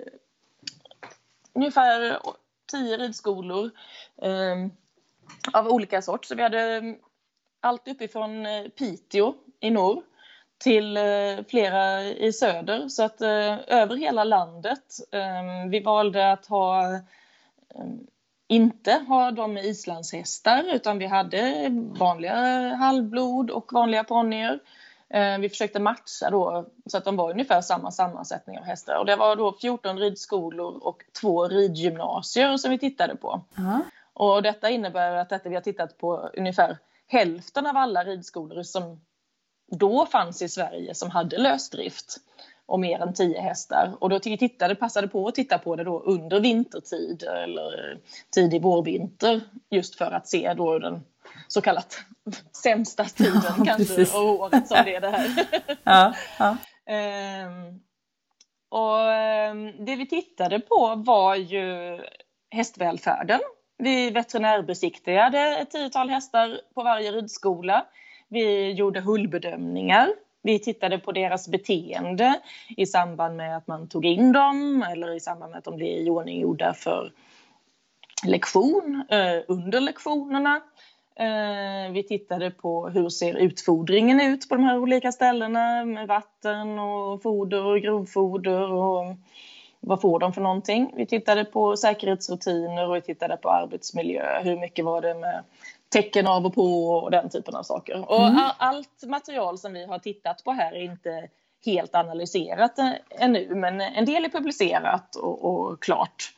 ungefär tio ridskolor eh, av olika sort. Så vi hade allt uppifrån Piteå i norr till flera i söder. Så att över hela landet. Vi valde att ha inte ha de med islandshästar, utan vi hade vanliga halvblod och vanliga ponnyer. Vi försökte matcha då så att de var ungefär samma sammansättning av hästar. Och det var då fjorton ridskolor och två ridgymnasier som vi tittade på. Uh-huh. Och detta innebär att detta vi har tittat på ungefär hälften av alla ridskolor som då fanns i Sverige som hade lösdrift och mer än tio hästar. Och då tittade, passade på att titta på det då under vintertid eller tidig vårvinter, just för att se då den så kallat sämsta tiden ja, kanske av året som det är det här. Ja, ja. ehm, och det vi tittade på var ju hästvälfärden. Vi veterinärbesiktigade ett tiotal hästar på varje ridskola. Vi gjorde hullbedömningar. Vi tittade på deras beteende i samband med att man tog in dem eller i samband med att de blev iordninggjorda för lektion, eh, under lektionerna. Eh, vi tittade på hur ser utfodringen ut på de här olika ställena med vatten och foder och grovfoder och vad får de för någonting. Vi tittade på säkerhetsrutiner och vi tittade på arbetsmiljö. Hur mycket var det med tecken av och på och den typen av saker. Och mm. allt material som vi har tittat på här är inte helt analyserat ännu, men en del är publicerat och, och klart.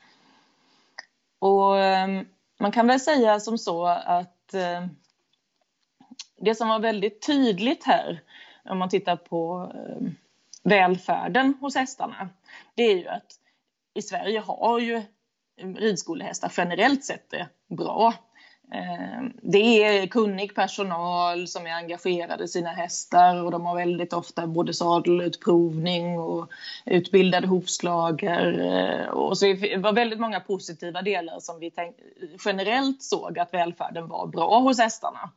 Och um, man kan väl säga som så att uh, det som var väldigt tydligt här, om man tittar på uh, välfärden hos hästarna, det är ju att i Sverige har ju ridskolehästar generellt sett det bra. Det är kunnig personal som är engagerade i sina hästar och de har väldigt ofta både sadelutprovning och utbildade hovslagare. Och så det var väldigt många positiva delar som vi tänk- generellt såg att välfärden var bra hos hästarna.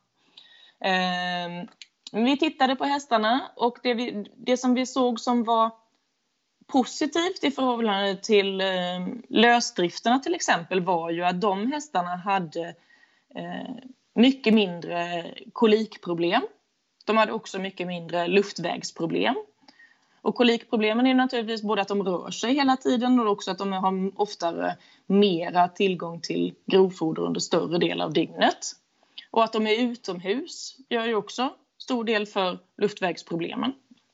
Vi tittade på hästarna och det, vi, det som vi såg som var positivt i förhållande till lösdrifterna till exempel var ju att de hästarna hade mycket mindre kolikproblem. De hade också mycket mindre luftvägsproblem. Och kolikproblemen är naturligtvis både att de rör sig hela tiden och också att de har oftare mera tillgång till grovfoder under större del av dygnet. Och att de är utomhus gör ju också stor del för luftvägsproblemen.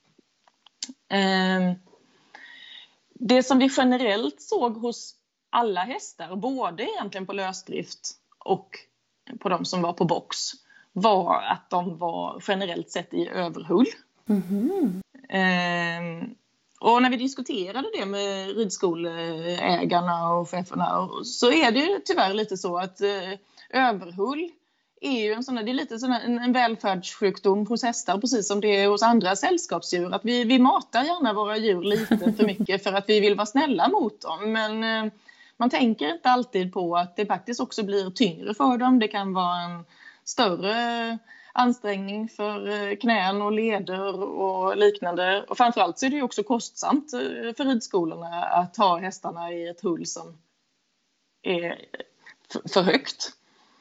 Det som vi generellt såg hos alla hästar, både egentligen på lösdrift och på de som var på box, var att de var generellt sett i överhull. Mm-hmm. Ehm, och när vi diskuterade det med ridskoleägarna och cheferna så är det ju tyvärr lite så att eh, överhull är ju en sån där, det är lite sån en, en välfärdssjukdom hos hästar, precis som det är hos andra sällskapsdjur. Att vi, vi matar gärna våra djur lite för mycket för att vi vill vara snälla mot dem, men eh, man tänker inte alltid på att det faktiskt också blir tyngre för dem. Det kan vara en större ansträngning för knän och leder och liknande. Och framförallt så är det ju också kostsamt för ridskolorna att ha hästarna i ett hull som är för högt.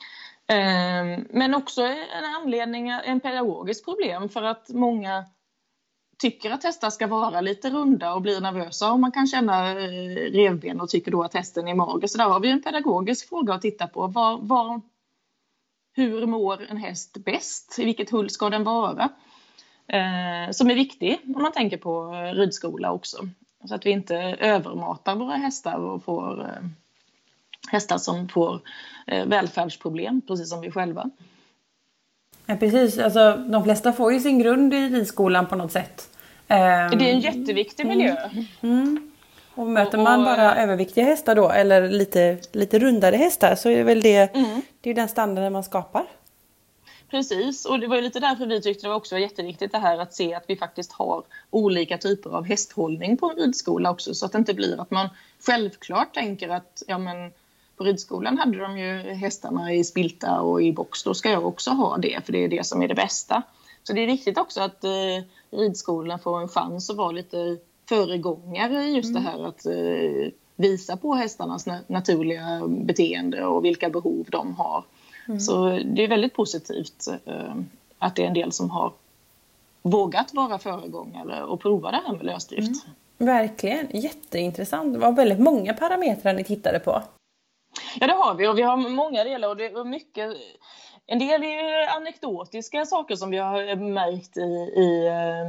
Men också en anledning, en pedagogisk problem, för att många tycker att hästar ska vara lite runda och blir nervösa och man kan känna revben och tycker då att hästen är mager. Så där har vi en pedagogisk fråga att titta på. Var, var, hur mår en häst bäst? I vilket hull ska den vara? Eh, som är viktig om man tänker på ridskola också. Så att vi inte övermatar våra hästar och får eh, hästar som får eh, välfärdsproblem, precis som vi själva. Ja, precis. Alltså, de flesta får ju sin grund i ridskolan på något sätt. Det är en jätteviktig miljö. Mm. Mm. Och möter man bara överviktiga hästar då, eller lite, lite rundade hästar, så är det väl det, mm. det är den standarden man skapar. Precis, och det var ju lite därför vi tyckte det var också jätteviktigt det här att se att vi faktiskt har olika typer av hästhållning på en ridskola också, så att det inte blir att man självklart tänker att ja, men på ridskolan hade de ju hästarna i spilta och i box, då ska jag också ha det, för det är det som är det bästa. Så det är viktigt också att eh, ridskolan får en chans att vara lite föregångare i just mm. det här att eh, visa på hästarnas na- naturliga beteende och vilka behov de har. Mm. Så det är väldigt positivt eh, att det är en del som har vågat vara föregångare och prova det här med lösdrift. Mm. Verkligen, jätteintressant. Det var väldigt många parametrar ni tittade på. Ja, det har vi, och vi har många delar, och det är mycket. En del är ju anekdotiska saker som vi har märkt i, i,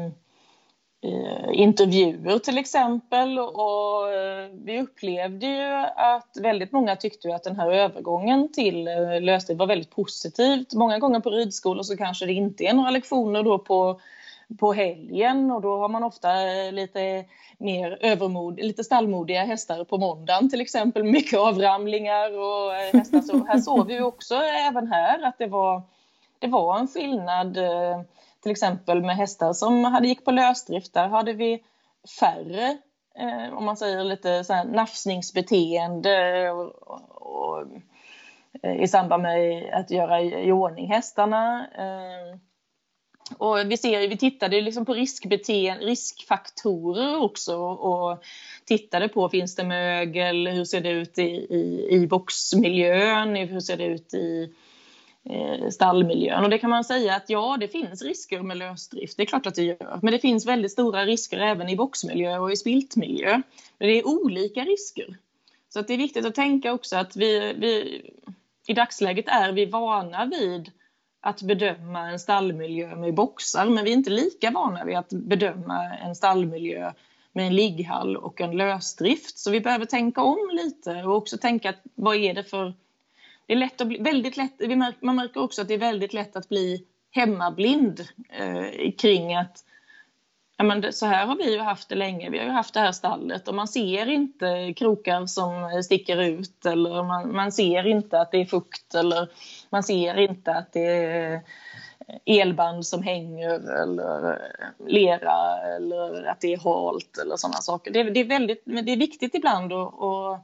i intervjuer till exempel, och vi upplevde ju att väldigt många tyckte att den här övergången till lösdrift var väldigt positivt. Många gånger på ridskolor så kanske det inte är några lektioner då på på helgen, och då har man ofta lite mer övermod, lite stallmodiga hästar på måndagen till exempel, mycket avramlingar och hästar. Så här såg vi också även här att det var, det var en skillnad till exempel med hästar som hade gick på lösdrift. Där hade vi färre, eh, om man säger lite så här nafsningsbeteende och, och, och, i samband med att göra i ordning hästarna. Eh, Och vi, ser, vi tittade liksom på riskbeteende, riskfaktorer också, och tittade på, finns det mögel, hur ser det ut i, i, i boxmiljön, hur ser det ut i eh, stallmiljön. Och det kan man säga att ja, det finns risker med lösdrift, det är klart att det gör. Men det finns väldigt stora risker även i boxmiljö och i spiltmiljö. Men det är olika risker. Så att det är viktigt att tänka också att vi, vi i dagsläget är vi vana vid att bedöma en stallmiljö med boxar, men vi är inte lika vana vid att bedöma en stallmiljö med en ligghall och en lösdrift. Så vi behöver tänka om lite och också tänka att vad är det för... Det är lätt att bli, väldigt lätt, vi märker, man märker också att det är väldigt lätt att bli hemmablind eh, kring att ja, men så här har vi ju haft det länge, vi har ju haft det här stallet, och man ser inte krokar som sticker ut, eller man, man ser inte att det är fukt, eller man ser inte att det är elband som hänger, eller lera, eller att det är halt eller sådana saker. Det, det är väldigt, men det är viktigt ibland att, att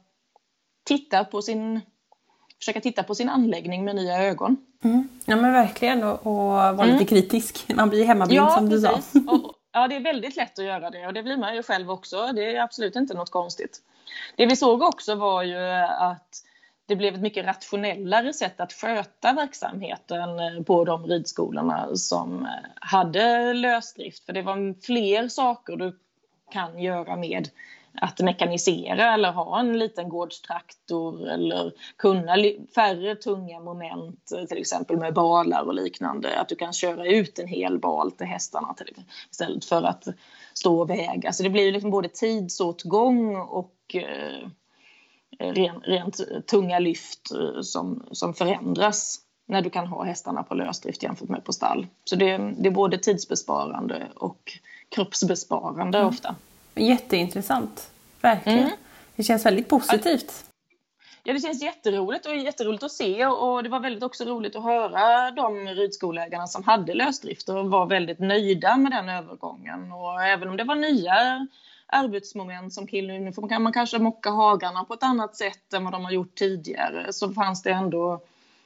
titta på sin, försöka titta på sin anläggning med nya ögon. Mm. Ja, men verkligen, och, och vara mm. lite kritisk. Man blir hemmablind, ja, som precis. Du sa. Och, ja, det är väldigt lätt att göra det, och det blir man ju själv också. Det är absolut inte något konstigt. Det vi såg också var ju att det blev ett mycket rationellare sätt att sköta verksamheten på de ridskolorna som hade lösdrift. För det var fler saker du kan göra med att mekanisera, eller ha en liten gårdstraktor, eller kunna färre tunga moment, till exempel med balar och liknande. Att du kan köra ut en hel bal till hästarna till exempel, istället för att stå och väga. Så det blir liksom både tidsåtgång och eh, ren, rent tunga lyft som, som förändras när du kan ha hästarna på lösdrift jämfört med på stall. Så det, det är både tidsbesparande och kroppsbesparande mm. ofta. Jätteintressant, verkligen. Mm. Det känns väldigt positivt. Ja, det känns jätteroligt och jätteroligt att se, och det var väldigt också roligt att höra de ridskolägarna som hade lösdrift och var väldigt nöjda med den övergången. Och även om det var nya arbetsmoment som killen, nu kan man kanske mocka hagarna på ett annat sätt än vad de har gjort tidigare, så fanns det ändå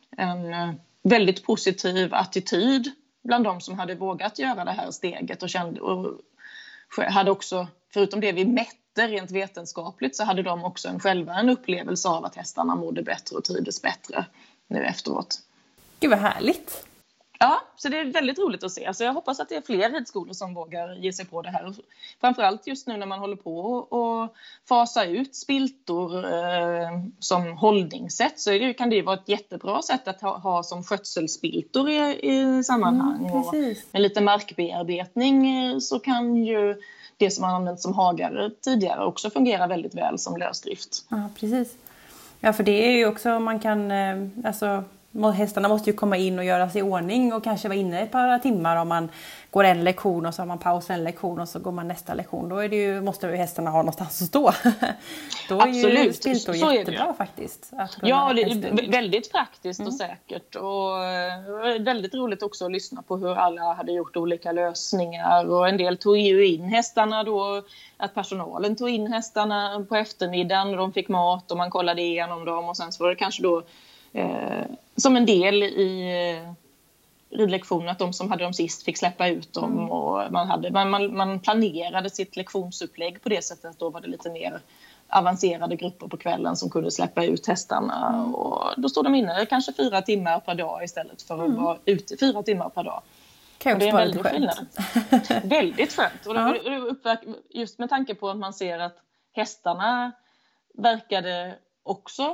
en väldigt positiv attityd bland de som hade vågat göra det här steget, och kände och hade också, förutom det vi mätte rent vetenskapligt, så hade de också en själva en upplevelse av att hästarna mådde bättre och trivdes bättre nu efteråt. Gud vad härligt! Ja, så det är väldigt roligt att se. Så jag hoppas att det är fler ridskolor som vågar ge sig på det här. Framförallt just nu när man håller på att fasa ut spiltor eh, som hållningssätt, så det, kan det ju vara ett jättebra sätt att ha, ha som skötselspiltor i, i sammanhang. Mm, och med lite markbearbetning så kan ju det som man använt som hagar tidigare också fungera väldigt väl som lösdrift. Ja, precis. Ja, för det är ju också, man kan, alltså hästarna måste ju komma in och göra sig i ordning och kanske vara inne ett par timmar om man går en lektion, och så har man paus en lektion och så går man nästa lektion. Då är det ju, måste ju hästarna ha någonstast att stå. Då är absolut, ju spiltor så jättebra är det faktiskt. Att ja, det är väldigt praktiskt mm. och säkert. Och väldigt roligt också att lyssna på hur alla hade gjort olika lösningar. Och en del tog ju in hästarna då, att personalen tog in hästarna på eftermiddagen och de fick mat och man kollade igenom dem, och sen så var det kanske då Eh, som en del i eh, ridlektionen att de som hade dem sist fick släppa ut dem mm. och man, hade, man, man, man planerade sitt lektionsupplägg på det sättet att då var det lite mer avancerade grupper på kvällen som kunde släppa ut hästarna mm. och då stod de inne kanske fyra timmar per dag istället för att mm. vara ute fyra timmar per dag. Kan och det är en väldigt skillnad. Väldigt skönt. Och ja. Just med tanke på att man ser att hästarna verkade också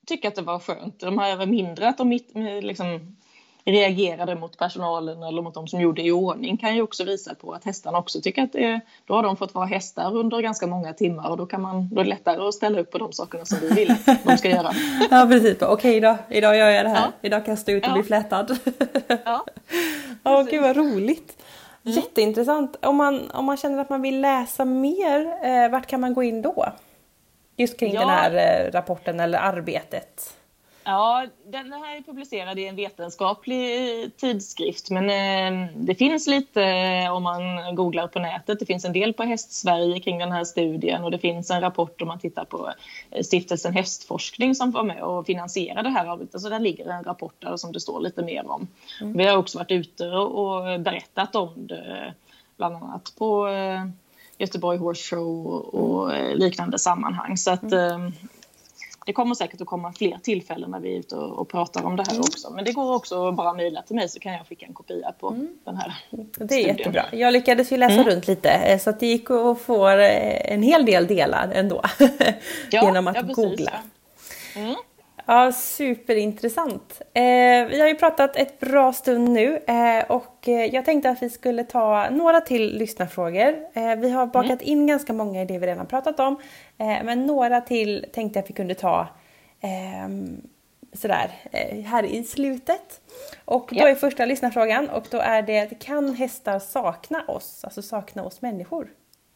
tycka att det var skönt. De här var mindre att de liksom reagerade mot personalen eller mot de som gjorde i ordning, kan ju också visa på att hästarna också tycker att det, då har de fått vara hästar under ganska många timmar, och då, kan man, då är det lättare att ställa upp på de sakerna som vi vill att de ska göra. Ja, precis. Okej då, idag gör jag det här. Ja. Idag kan jag stå ut och ja. bli flätad. Ja, Åh, gud vad roligt. Mm. Jätteintressant. Om man, om man känner att man vill läsa mer, eh, vart kan man gå in då? Just kring ja. den här eh, rapporten eller arbetet. Ja, den här är publicerad i en vetenskaplig tidskrift, men eh, det finns lite eh, om man googlar på nätet. Det finns en del på Hästsverige kring den här studien, och det finns en rapport om man tittar på eh, stiftelsen Hästforskning som var med och finansierade det här arbetet. Så där ligger en rapport där som det står lite mer om. Mm. Vi har också varit ute och berättat om det, bland annat på eh, Göteborg Horse Show och eh, liknande sammanhang. Så att... Eh, Det kommer säkert att komma fler tillfällen när vi är ute och, och pratar om det här mm. också. Men det går också att bara mejla till mig, så kan jag skicka en kopia på mm. den här Det är studien. Jättebra. Jag lyckades ju läsa mm. runt lite, så att det gick att få en hel del delar ändå. Ja, genom att ja, precis, googla. Ja. Mm. Ja, superintressant. Eh, vi har ju pratat ett bra stund nu eh, och jag tänkte att vi skulle ta några till lyssnarfrågor. Eh, vi har bakat mm. in ganska många i det vi redan pratat om, eh, men några till tänkte jag att vi kunde ta eh, sådär eh, här i slutet. Och då ja. är första lyssnarfrågan, och då är det: kan hästar sakna oss, alltså sakna oss människor?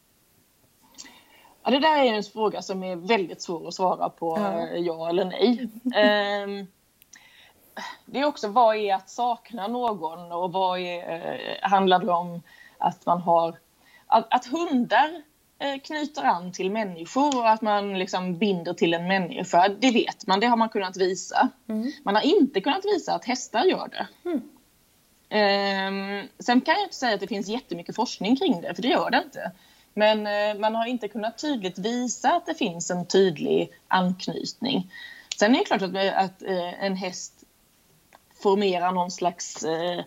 Ja, det där är en fråga som är väldigt svår att svara på, ja, ja eller nej. um, det är också, vad är att sakna någon, och vad är, uh, handlar det om att man har, att, att hundar uh, knyter an till människor och att man liksom binder till en människa, det vet man, det har man kunnat visa. Mm. Man har inte kunnat visa att hästar gör det. Mm. Um, sen kan jag inte säga att det finns jättemycket forskning kring det, för det gör det inte. Men eh, man har inte kunnat tydligt visa att det finns en tydlig anknytning. Sen är det klart att, att eh, en häst formerar någon slags eh,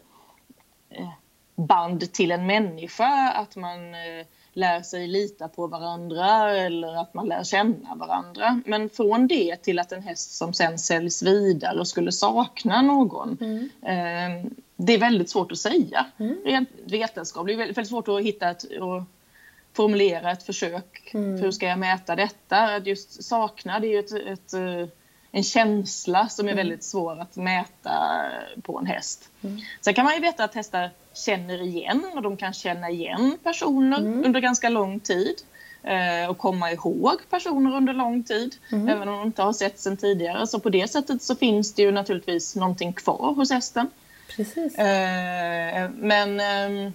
band till en människa. Att man eh, lär sig lita på varandra, eller att man lär känna varandra. Men från det till att en häst som sen säljs vidare och skulle sakna någon. Mm. Eh, det är väldigt svårt att säga. Mm. Rent vetenskapligt. Det är väldigt, väldigt svårt att hitta ett... Och, formulera ett försök. Mm. Hur ska jag mäta detta? Att just sakna, det är ju ett, ett, en känsla som är mm. väldigt svår att mäta på en häst. Mm. Sen kan man ju veta att hästar känner igen, och de kan känna igen personer mm. under ganska lång tid. Eh, och komma ihåg personer under lång tid. Mm. Även om de inte har sett sen tidigare. Så på det sättet så finns det ju naturligtvis någonting kvar hos hästen. Precis. Eh, men... Eh,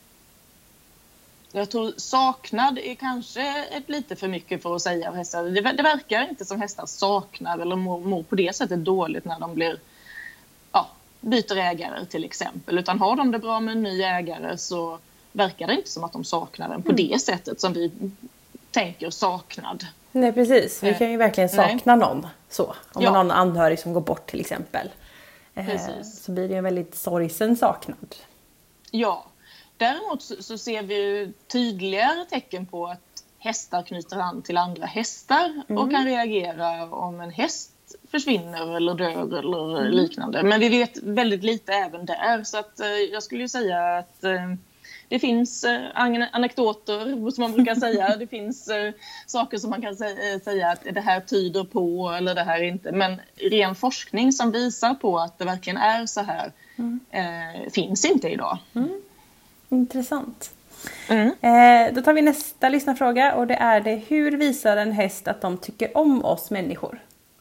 Jag tror saknad är kanske ett lite för mycket för att säga av hästar. Det, det verkar inte som hästar saknar eller mår, mår på det sättet dåligt när de blir, ja, byter ägare till exempel. Utan har de det bra med en ny ägare, så verkar det inte som att de saknar den på mm. det sättet som vi tänker saknad. Nej, precis. Vi kan ju verkligen sakna Nej. någon. Så. Om ja. man har en anhörig som går bort till exempel. Precis. Så blir det en väldigt sorgsen saknad. Ja. Däremot så ser vi tydligare tecken på att hästar knyter an till andra hästar mm. och kan reagera om en häst försvinner eller dör eller mm. liknande. Men vi vet väldigt lite även där, så att jag skulle ju säga att det finns anekdoter som man brukar säga. Det finns saker som man kan säga att det här tyder på eller det här inte. Men ren forskning som visar på att det verkligen är så här mm. eh, finns inte idag. Mm. Intressant. Mm. Eh, då tar vi nästa lyssnarfråga, och det är det: hur visar en häst att de tycker om oss människor?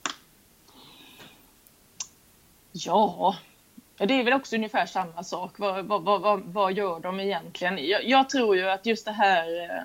Ja, det är väl också ungefär samma sak. Vad, vad, vad, vad gör de egentligen? Jag, jag tror ju att just det här eh,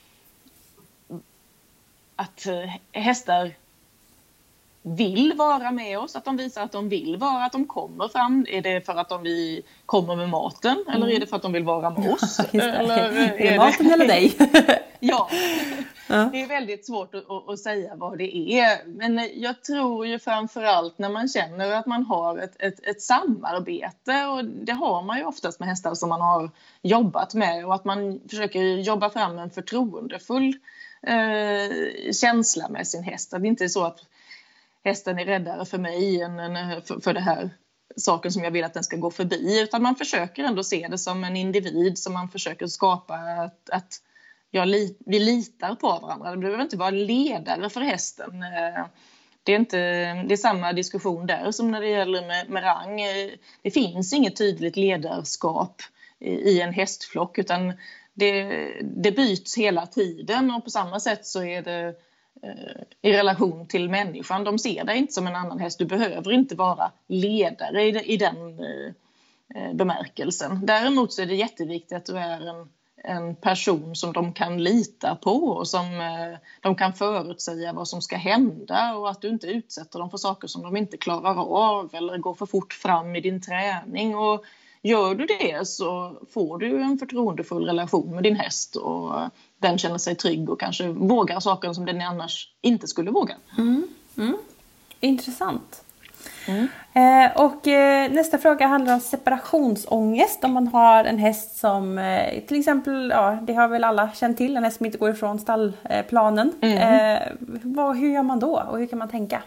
att hästar vill vara med oss, att de visar att de vill vara, att de kommer fram. Är det för att de vi kommer med maten, mm. eller är det för att de vill vara med oss? Ja, eller är det maten eller dig? Ja, ja, det är väldigt svårt att, att säga vad det är. Men jag tror ju framförallt när man känner att man har ett, ett, ett samarbete, och det har man ju oftast med hästar som man har jobbat med, och att man försöker jobba fram en förtroendefull eh, känsla med sin häst. Det är inte så att hästen är räddare för mig än, än för, för det här saken som jag vill att den ska gå förbi. Utan man försöker ändå se det som en individ som man försöker skapa att, att jag li, vi litar på varandra. Det behöver inte vara ledare för hästen. Det är, inte, det är samma diskussion där som när det gäller med, med rang. Det finns inget tydligt ledarskap i, i en hästflock, utan det, det byts hela tiden, och på samma sätt så är det eh, i relation till människan. De ser dig inte som en annan häst. Du behöver inte vara ledare i, i den eh, bemärkelsen. Däremot så är det jätteviktigt att du är en en person som de kan lita på och som eh, de kan förutsäga vad som ska hända, och att du inte utsätter dem för saker som de inte klarar av eller går för fort fram i din träning. Och gör du det så får du en förtroendefull relation med din häst, och den känner sig trygg och kanske vågar saker som den annars inte skulle våga. Mm. Mm. Intressant. Mm. Eh, och eh, nästa fråga handlar om separationsångest. Om man har en häst som eh, till exempel, ja, det har väl alla känt till, en häst som inte går ifrån stallplanen. Mm. Eh, vad, hur gör man då och hur kan man tänka?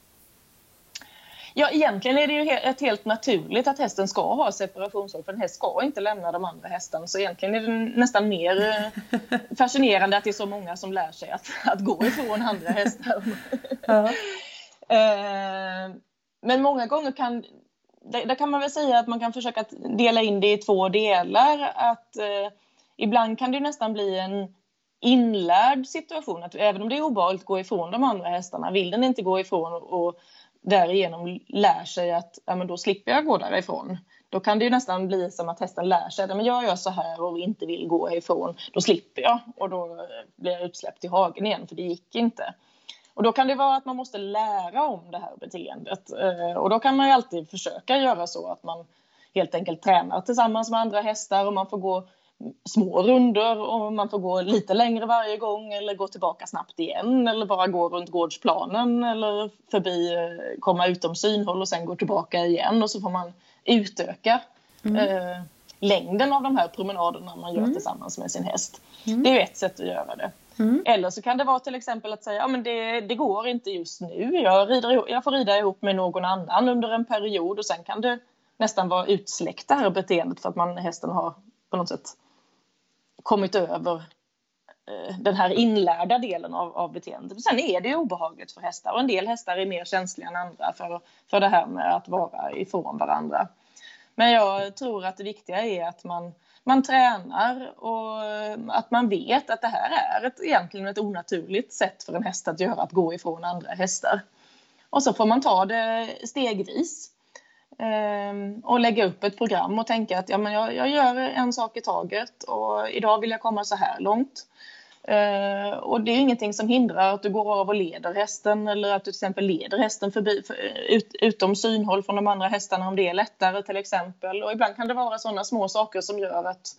Ja, egentligen är det ju ett helt naturligt att hästen ska ha separationsångest, för en häst ska inte lämna de andra hästarna. Så egentligen är det nästan mer fascinerande att det är så många som lär sig att, att gå ifrån andra hästar. Ja. eh, Men många gånger kan, där kan man väl säga att man kan försöka dela in det i två delar. Att eh, ibland kan det nästan bli en inlärd situation. Att även om det är obehagligt att gå ifrån de andra hästarna, vill den inte gå ifrån och, och därigenom lär sig att ja, men då slipper jag gå därifrån. Då kan det ju nästan bli som att hästen lär sig att jag gör så här och inte vill gå ifrån. Då slipper jag, och då blir jag utsläppt i hagen igen, för det gick inte. Och då kan det vara att man måste lära om det här beteendet. Och då kan man ju alltid försöka göra så att man helt enkelt tränar tillsammans med andra hästar, och man får gå små runder och man får gå lite längre varje gång, eller gå tillbaka snabbt igen, eller bara gå runt gårdsplanen eller förbi, komma utom synhåll och sen gå tillbaka igen, och så får man utöka mm. eh, längden av de här promenaderna man gör mm. tillsammans med sin häst. Mm. Det är ju ett sätt att göra det. Mm. Eller så kan det vara till exempel att säga, ja men det, det går inte just nu. Jag, rider, jag får rida ihop med någon annan under en period, och sen kan det nästan vara utsläckt det här beteendet för att man, hästen har på något sätt kommit över eh, den här inlärda delen av, av beteendet. Sen är det ju obehagligt för hästar, och en del hästar är mer känsliga än andra för, för det här med att vara ifrån varandra. Men jag tror att det viktiga är att man Man tränar, och att man vet att det här är ett, egentligen ett onaturligt sätt för en häst att göra, att gå ifrån andra hästar. Och så får man ta det stegvis eh, och lägga upp ett program och tänka att ja, men jag, jag gör en sak i taget, och idag vill jag komma så här långt. Uh, och det är ingenting som hindrar att du går av och leder hästen, eller att du till exempel leder hästen förbi, för, ut, utom synhåll från de andra hästarna om det är lättare till exempel. Och ibland kan det vara sådana små saker som gör att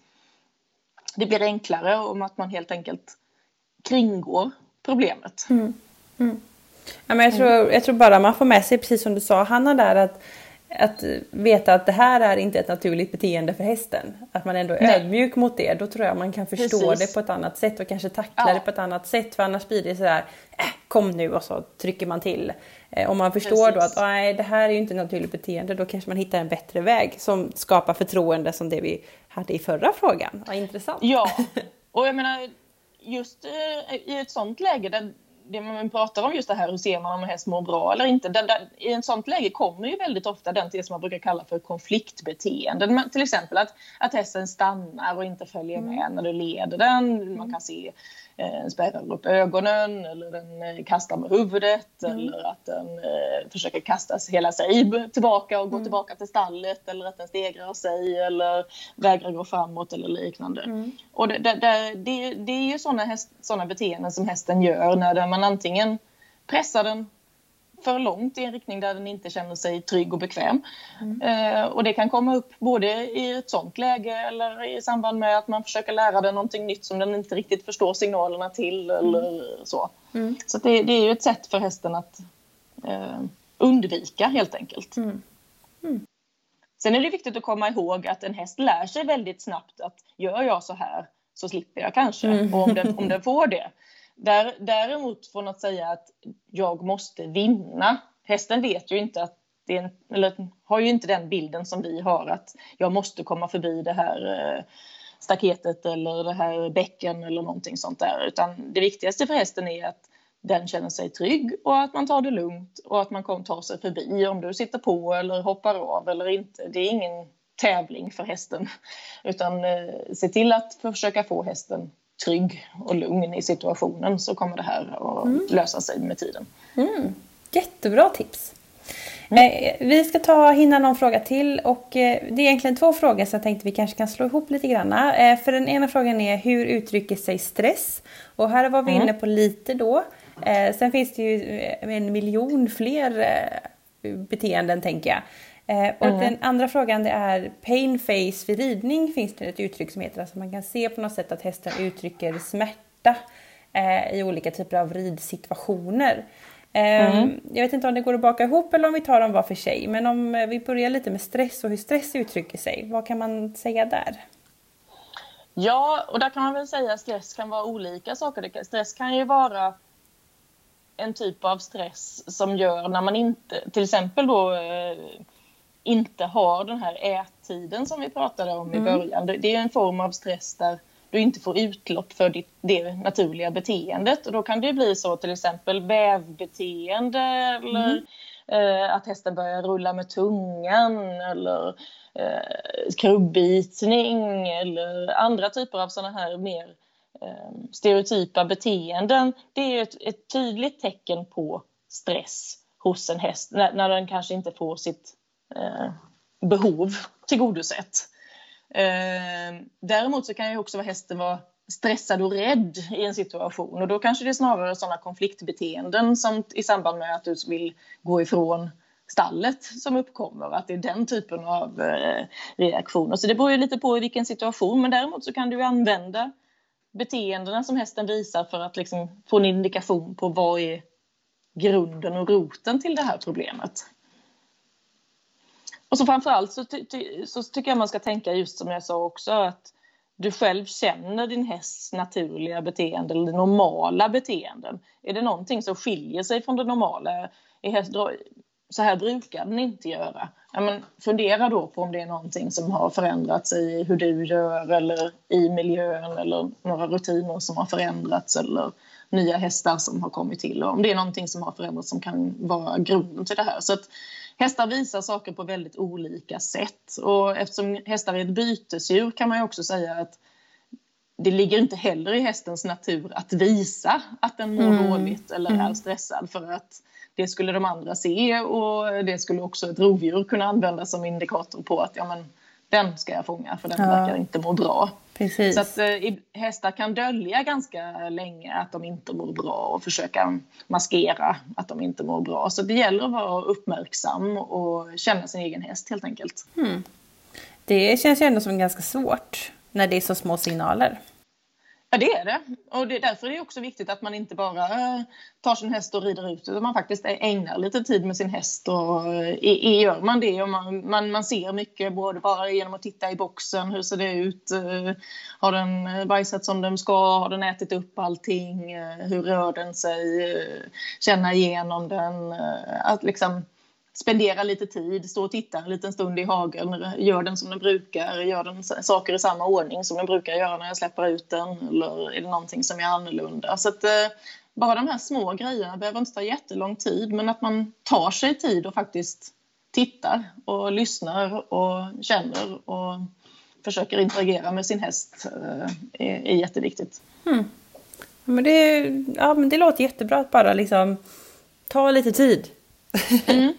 det blir enklare, om att man helt enkelt kringgår problemet. Mm. Mm. Ja, men jag, tror, jag tror bara man får med sig, precis som du sa Hanna där, att att veta att det här är inte ett naturligt beteende för hästen. Att man ändå är Nej. ödmjuk mot det. Då tror jag man kan förstå Precis. det på ett annat sätt. Och kanske tackla ja. det på ett annat sätt. För annars blir det sådär, äh, kom nu, och så trycker man till. Eh, om man förstår Precis. då att nej, det här är ju inte ett naturligt beteende. Då kanske man hittar en bättre väg som skapar förtroende, som det vi hade i förra frågan. Ja, intressant. Ja, och jag menar just eh, i ett sånt läge där det man pratar om, just det här, hur ser man om en häst mår bra eller inte. Den där, i ett sånt läge kommer ju väldigt ofta den till det som man brukar kalla för konfliktbeteende. Till exempel att, att hästen stannar och inte följer med mm. när du leder den. Man kan se eh, spärrar upp ögonen, eller den eh, kastar med huvudet, mm. eller att den eh, försöker kasta hela sig tillbaka och gå mm. tillbaka till stallet, eller att den stegrar sig eller vägrar gå framåt eller liknande. Mm. Och det, det, det, det är ju sådana, häst, sådana beteenden som hästen gör när man antingen pressar den för långt i en riktning där den inte känner sig trygg och bekväm. Mm. Eh, och det kan komma upp både i ett sånt läge eller i samband med att man försöker lära den någonting nytt som den inte riktigt förstår signalerna till eller mm. så. Mm. Så det, det är ju ett sätt för hästen att eh, undvika helt enkelt. Mm. Mm. Sen är det viktigt att komma ihåg att en häst lär sig väldigt snabbt att gör jag så här så slipper jag kanske. Mm. Och om den, om den får det, Där, däremot från att säga att jag måste vinna. Hästen vet ju inte att det är en, eller har ju inte den bilden som vi har att jag måste komma förbi det här staketet eller det här bäcken eller någonting sånt där. Utan det viktigaste för hästen är att den känner sig trygg och att man tar det lugnt och att man kommer ta sig förbi om du sitter på eller hoppar av eller inte. Det är ingen tävling för hästen, utan eh, se till att försöka få hästen trygg och lugn i situationen, så kommer det här att mm. lösa sig med tiden. Mm. Jättebra tips. Mm. Eh, vi ska ta hinna någon fråga till, och eh, det är egentligen två frågor så jag tänkte vi kanske kan slå ihop lite grann. Eh, för den ena frågan är hur uttrycker sig stress? Och här var vi mm. inne på lite då. Eh, sen finns det ju en miljon fler eh, beteenden, tänker jag. Eh, och mm. den andra frågan, det är pain face vid ridning. Finns det ett uttryck som heter, alltså man kan se på något sätt att hästen uttrycker smärta eh, i olika typer av ridsituationer. Eh, mm. Jag vet inte om det går att baka ihop eller om vi tar dem var för sig. Men om vi börjar lite med stress och hur stress uttrycker sig, vad kan man säga där? Ja, och där kan man väl säga att stress kan vara olika saker. Stress kan ju vara en typ av stress som gör när man inte, till exempel då eh, inte har den här ättiden som vi pratade om mm. i början. Det, det är en form av stress där du inte får utlopp för ditt, det naturliga beteendet. Och då kan det bli så, till exempel vävbeteende eller mm. eh, att hästen börjar rulla med tungan eller eh, krubbitning eller andra typer av sådana här mer stereotypa beteenden. Det är ett, ett tydligt tecken på stress hos en häst när, när den kanske inte får sitt eh, behov tillgodosett. Eh, däremot så kan ju också hästen vara stressad och rädd i en situation, och då kanske det är snarare sådana konfliktbeteenden som i samband med att du vill gå ifrån stallet som uppkommer, att det är den typen av eh, reaktioner. Så det beror ju lite på i vilken situation, men däremot så kan du använda beteendena som hästen visar för att liksom få en indikation på vad är grunden och roten till det här problemet. Och så framförallt så, ty- ty- så tycker jag man ska tänka just som jag sa också, att du själv känner din hästs naturliga beteende eller normala beteenden. Är det någonting som skiljer sig från det normala? Är häst, så här brukar den inte göra. Ja, men fundera då på om det är någonting som har förändrats i hur du gör eller i miljön, eller några rutiner som har förändrats eller nya hästar som har kommit till. Och om det är någonting som har förändrats som kan vara grunden till det här. Så att hästar visar saker på väldigt olika sätt. Och eftersom hästar är ett bytesdjur kan man ju också säga att det ligger inte heller i hästens natur att visa att den mår mm. dåligt eller mm. är stressad, för att det skulle de andra se, och det skulle också ett rovdjur kunna använda som indikator på att ja, men, den ska jag fånga för den ja. verkar inte må bra. Precis. Så att eh, hästar kan dölja ganska länge att de inte mår bra och försöka maskera att de inte mår bra. Så det gäller att vara uppmärksam och känna sin egen häst helt enkelt. Mm. Det känns ju ändå som ganska svårt när det är så små signaler. Ja, det är det. Och det, därför är det också viktigt att man inte bara tar sin häst och rider ut, utan man faktiskt ägnar lite tid med sin häst. Och i, gör man det, och man, man, man ser mycket både bara genom att titta i boxen, hur ser det ut, har den bajsat som den ska, har den ätit upp allting, hur rör den sig, känna igenom den, att liksom spendera lite tid, stå och titta en liten stund i hagen, gör den som den brukar, gör den saker i samma ordning som den brukar göra när jag släpper ut den, eller är det någonting som är annorlunda. Så att eh, bara de här små grejerna behöver inte ta jättelång tid, men att man tar sig tid och faktiskt tittar och lyssnar och känner och försöker interagera med sin häst eh, är, är jätteviktigt. Mm. Men det, ja, men det låter jättebra att bara liksom ta lite tid. Mm.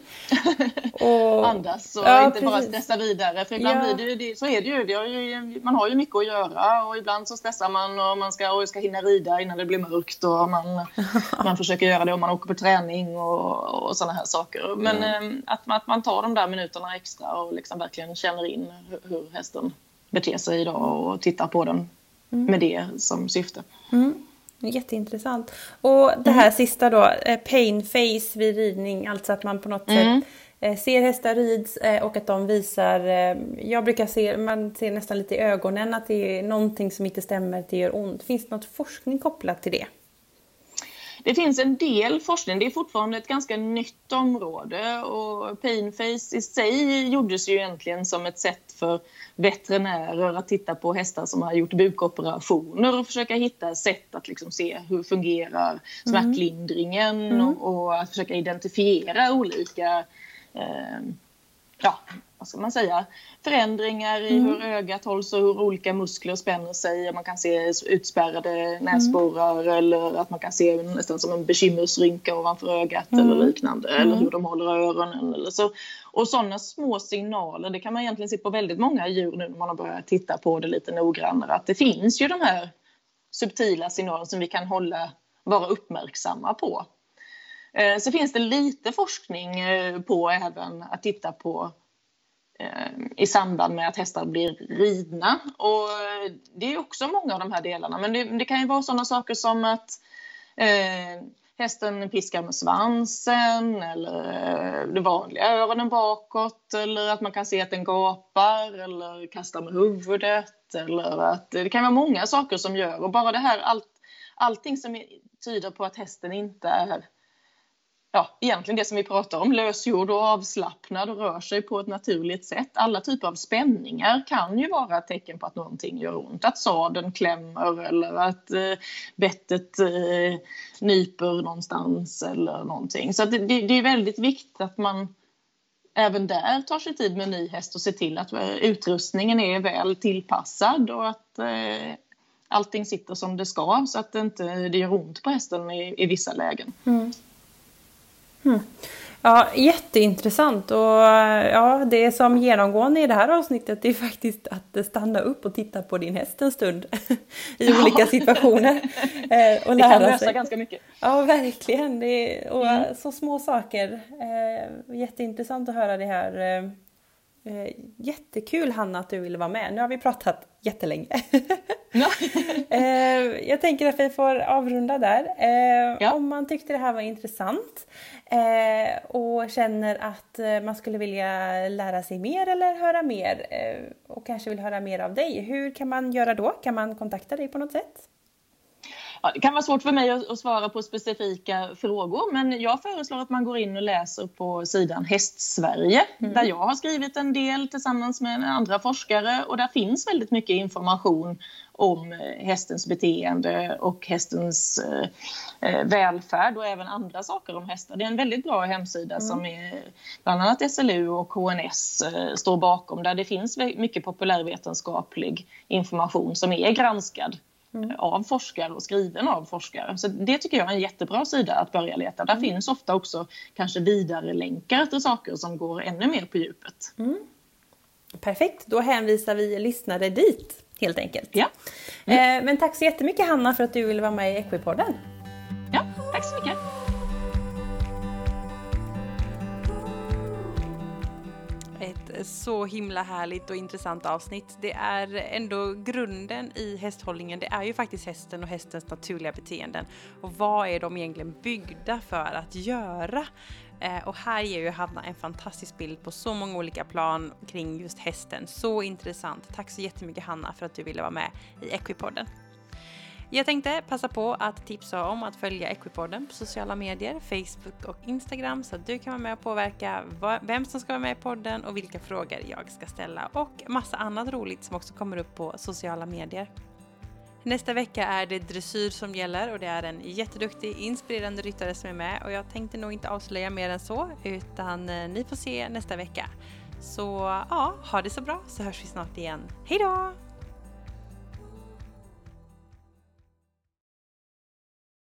och andas och ja, inte precis. bara stressa vidare, för ibland ja. blir det, det så är det ju. Det ju man har ju mycket att göra, och ibland så stressar man och man ska, och ska hinna rida innan det blir mörkt, och man, man försöker göra det om man åker på träning och, och sådana här saker, men mm. eh, att, man, att man tar de där minuterna extra och liksom verkligen känner in hur, hur hästen beter sig idag och tittar på den mm. med det som syfte. Mm. Jätteintressant. Och det här mm. sista då, pain face vid ridning, alltså att man på något mm. sätt ser hästar rids och att de visar, jag brukar se, man ser nästan lite i ögonen att det är någonting som inte stämmer, att det gör ont. Finns det något forskning kopplat till det? det finns en del forskning, det är fortfarande ett ganska nytt område och Painface i sig gjordes ju egentligen som ett sätt för veterinärer att titta på hästar som har gjort bukoperationer och försöka hitta sätt att liksom se hur fungerar smärtlindringen mm. och, och att försöka identifiera olika eh, ja, vad ska man säga, förändringar i mm. hur ögat hålls och hur olika muskler spänner sig. Man kan se utspärrade näsborrar mm. eller att man kan se nästan som en bekymmersrynka ovanför ögat mm. eller liknande. Mm. Eller hur de håller öronen eller så. Och sådana små signaler, det kan man egentligen se på väldigt många djur nu när man har börjat titta på det lite noggrannare. Att det finns ju de här subtila signalerna som vi kan hålla, vara uppmärksamma på. Så finns det lite forskning på även att titta på i samband med att hästar blir ridna. Och det är också många av de här delarna. Men det, det kan ju vara sådana saker som att eh, hästen piskar med svansen eller det vanliga öronen bakåt. Eller att man kan se att den gapar eller kastar med huvudet. Eller att, det kan vara många saker som gör. Och bara det här, allt, allting som tyder på att hästen inte är... Ja, egentligen det som vi pratar om, lösgjord och avslappnad och rör sig på ett naturligt sätt. Alla typer av spänningar kan ju vara ett tecken på att någonting gör ont. Att sadeln klämmer eller att eh, bettet eh, nyper någonstans eller någonting. Så det, det är väldigt viktigt att man även där tar sig tid med ny häst och ser till att utrustningen är väl tillpassad och att eh, allting sitter som det ska så att det inte det gör ont på hästen i, i vissa lägen. Mm. Hmm. Ja, jätteintressant och ja, det som genomgående i det här avsnittet är faktiskt att stanna upp och titta på din häst en stund i ja. olika situationer och lära det kan lösa sig. Ganska mycket. Ja, verkligen. Det är, och mm. så små saker. Jätteintressant att höra det här. Jättekul, Hanna, att du ville vara med. Nu har vi pratat jättelänge. Jag tänker att vi får avrunda där. Ja. Om man tyckte det här var intressant och känner att man skulle vilja lära sig mer eller höra mer och kanske vill höra mer av dig, hur kan man göra då? Kan man kontakta dig på något sätt? Ja, det kan vara svårt för mig att, att svara på specifika frågor, men jag föreslår att man går in och läser på sidan Hästsverige mm. där jag har skrivit en del tillsammans med andra forskare och där finns väldigt mycket information om hästens beteende och hästens eh, välfärd och även andra saker om hästar. Det är en väldigt bra hemsida mm. som är, bland annat S L U och K N S eh, står bakom, där det finns mycket populärvetenskaplig information som är granskad Mm. av forskare och skriven av forskare. Så det tycker jag är en jättebra sida att börja leta. Där mm. finns ofta också kanske vidare länkar till saker som går ännu mer på djupet. Mm. Perfekt, då hänvisar vi lyssnare dit helt enkelt. Ja. Mm. Eh, men tack så jättemycket, Hanna, för att du ville vara med i Equipodden. Ja, tack så mycket. Ett så himla härligt och intressant avsnitt. Det är ändå grunden i hästhållningen. Det är ju faktiskt hästen och hästens naturliga beteenden. Och vad är de egentligen byggda för att göra? Eh, och här ger ju Hanna en fantastisk bild på så många olika plan kring just hästen. Så intressant. Tack så jättemycket, Hanna, för att du ville vara med i Equipodden. Jag tänkte passa på att tipsa om att följa Equipodden på sociala medier, Facebook och Instagram, så att du kan vara med och påverka vem som ska vara med i podden och vilka frågor jag ska ställa och massa annat roligt som också kommer upp på sociala medier. Nästa vecka är det dressyr som gäller och det är en jätteduktig, inspirerande ryttare som är med och jag tänkte nog inte avslöja mer än så, utan ni får se nästa vecka. Så ja, ha det så bra, så hörs vi snart igen. Hej då!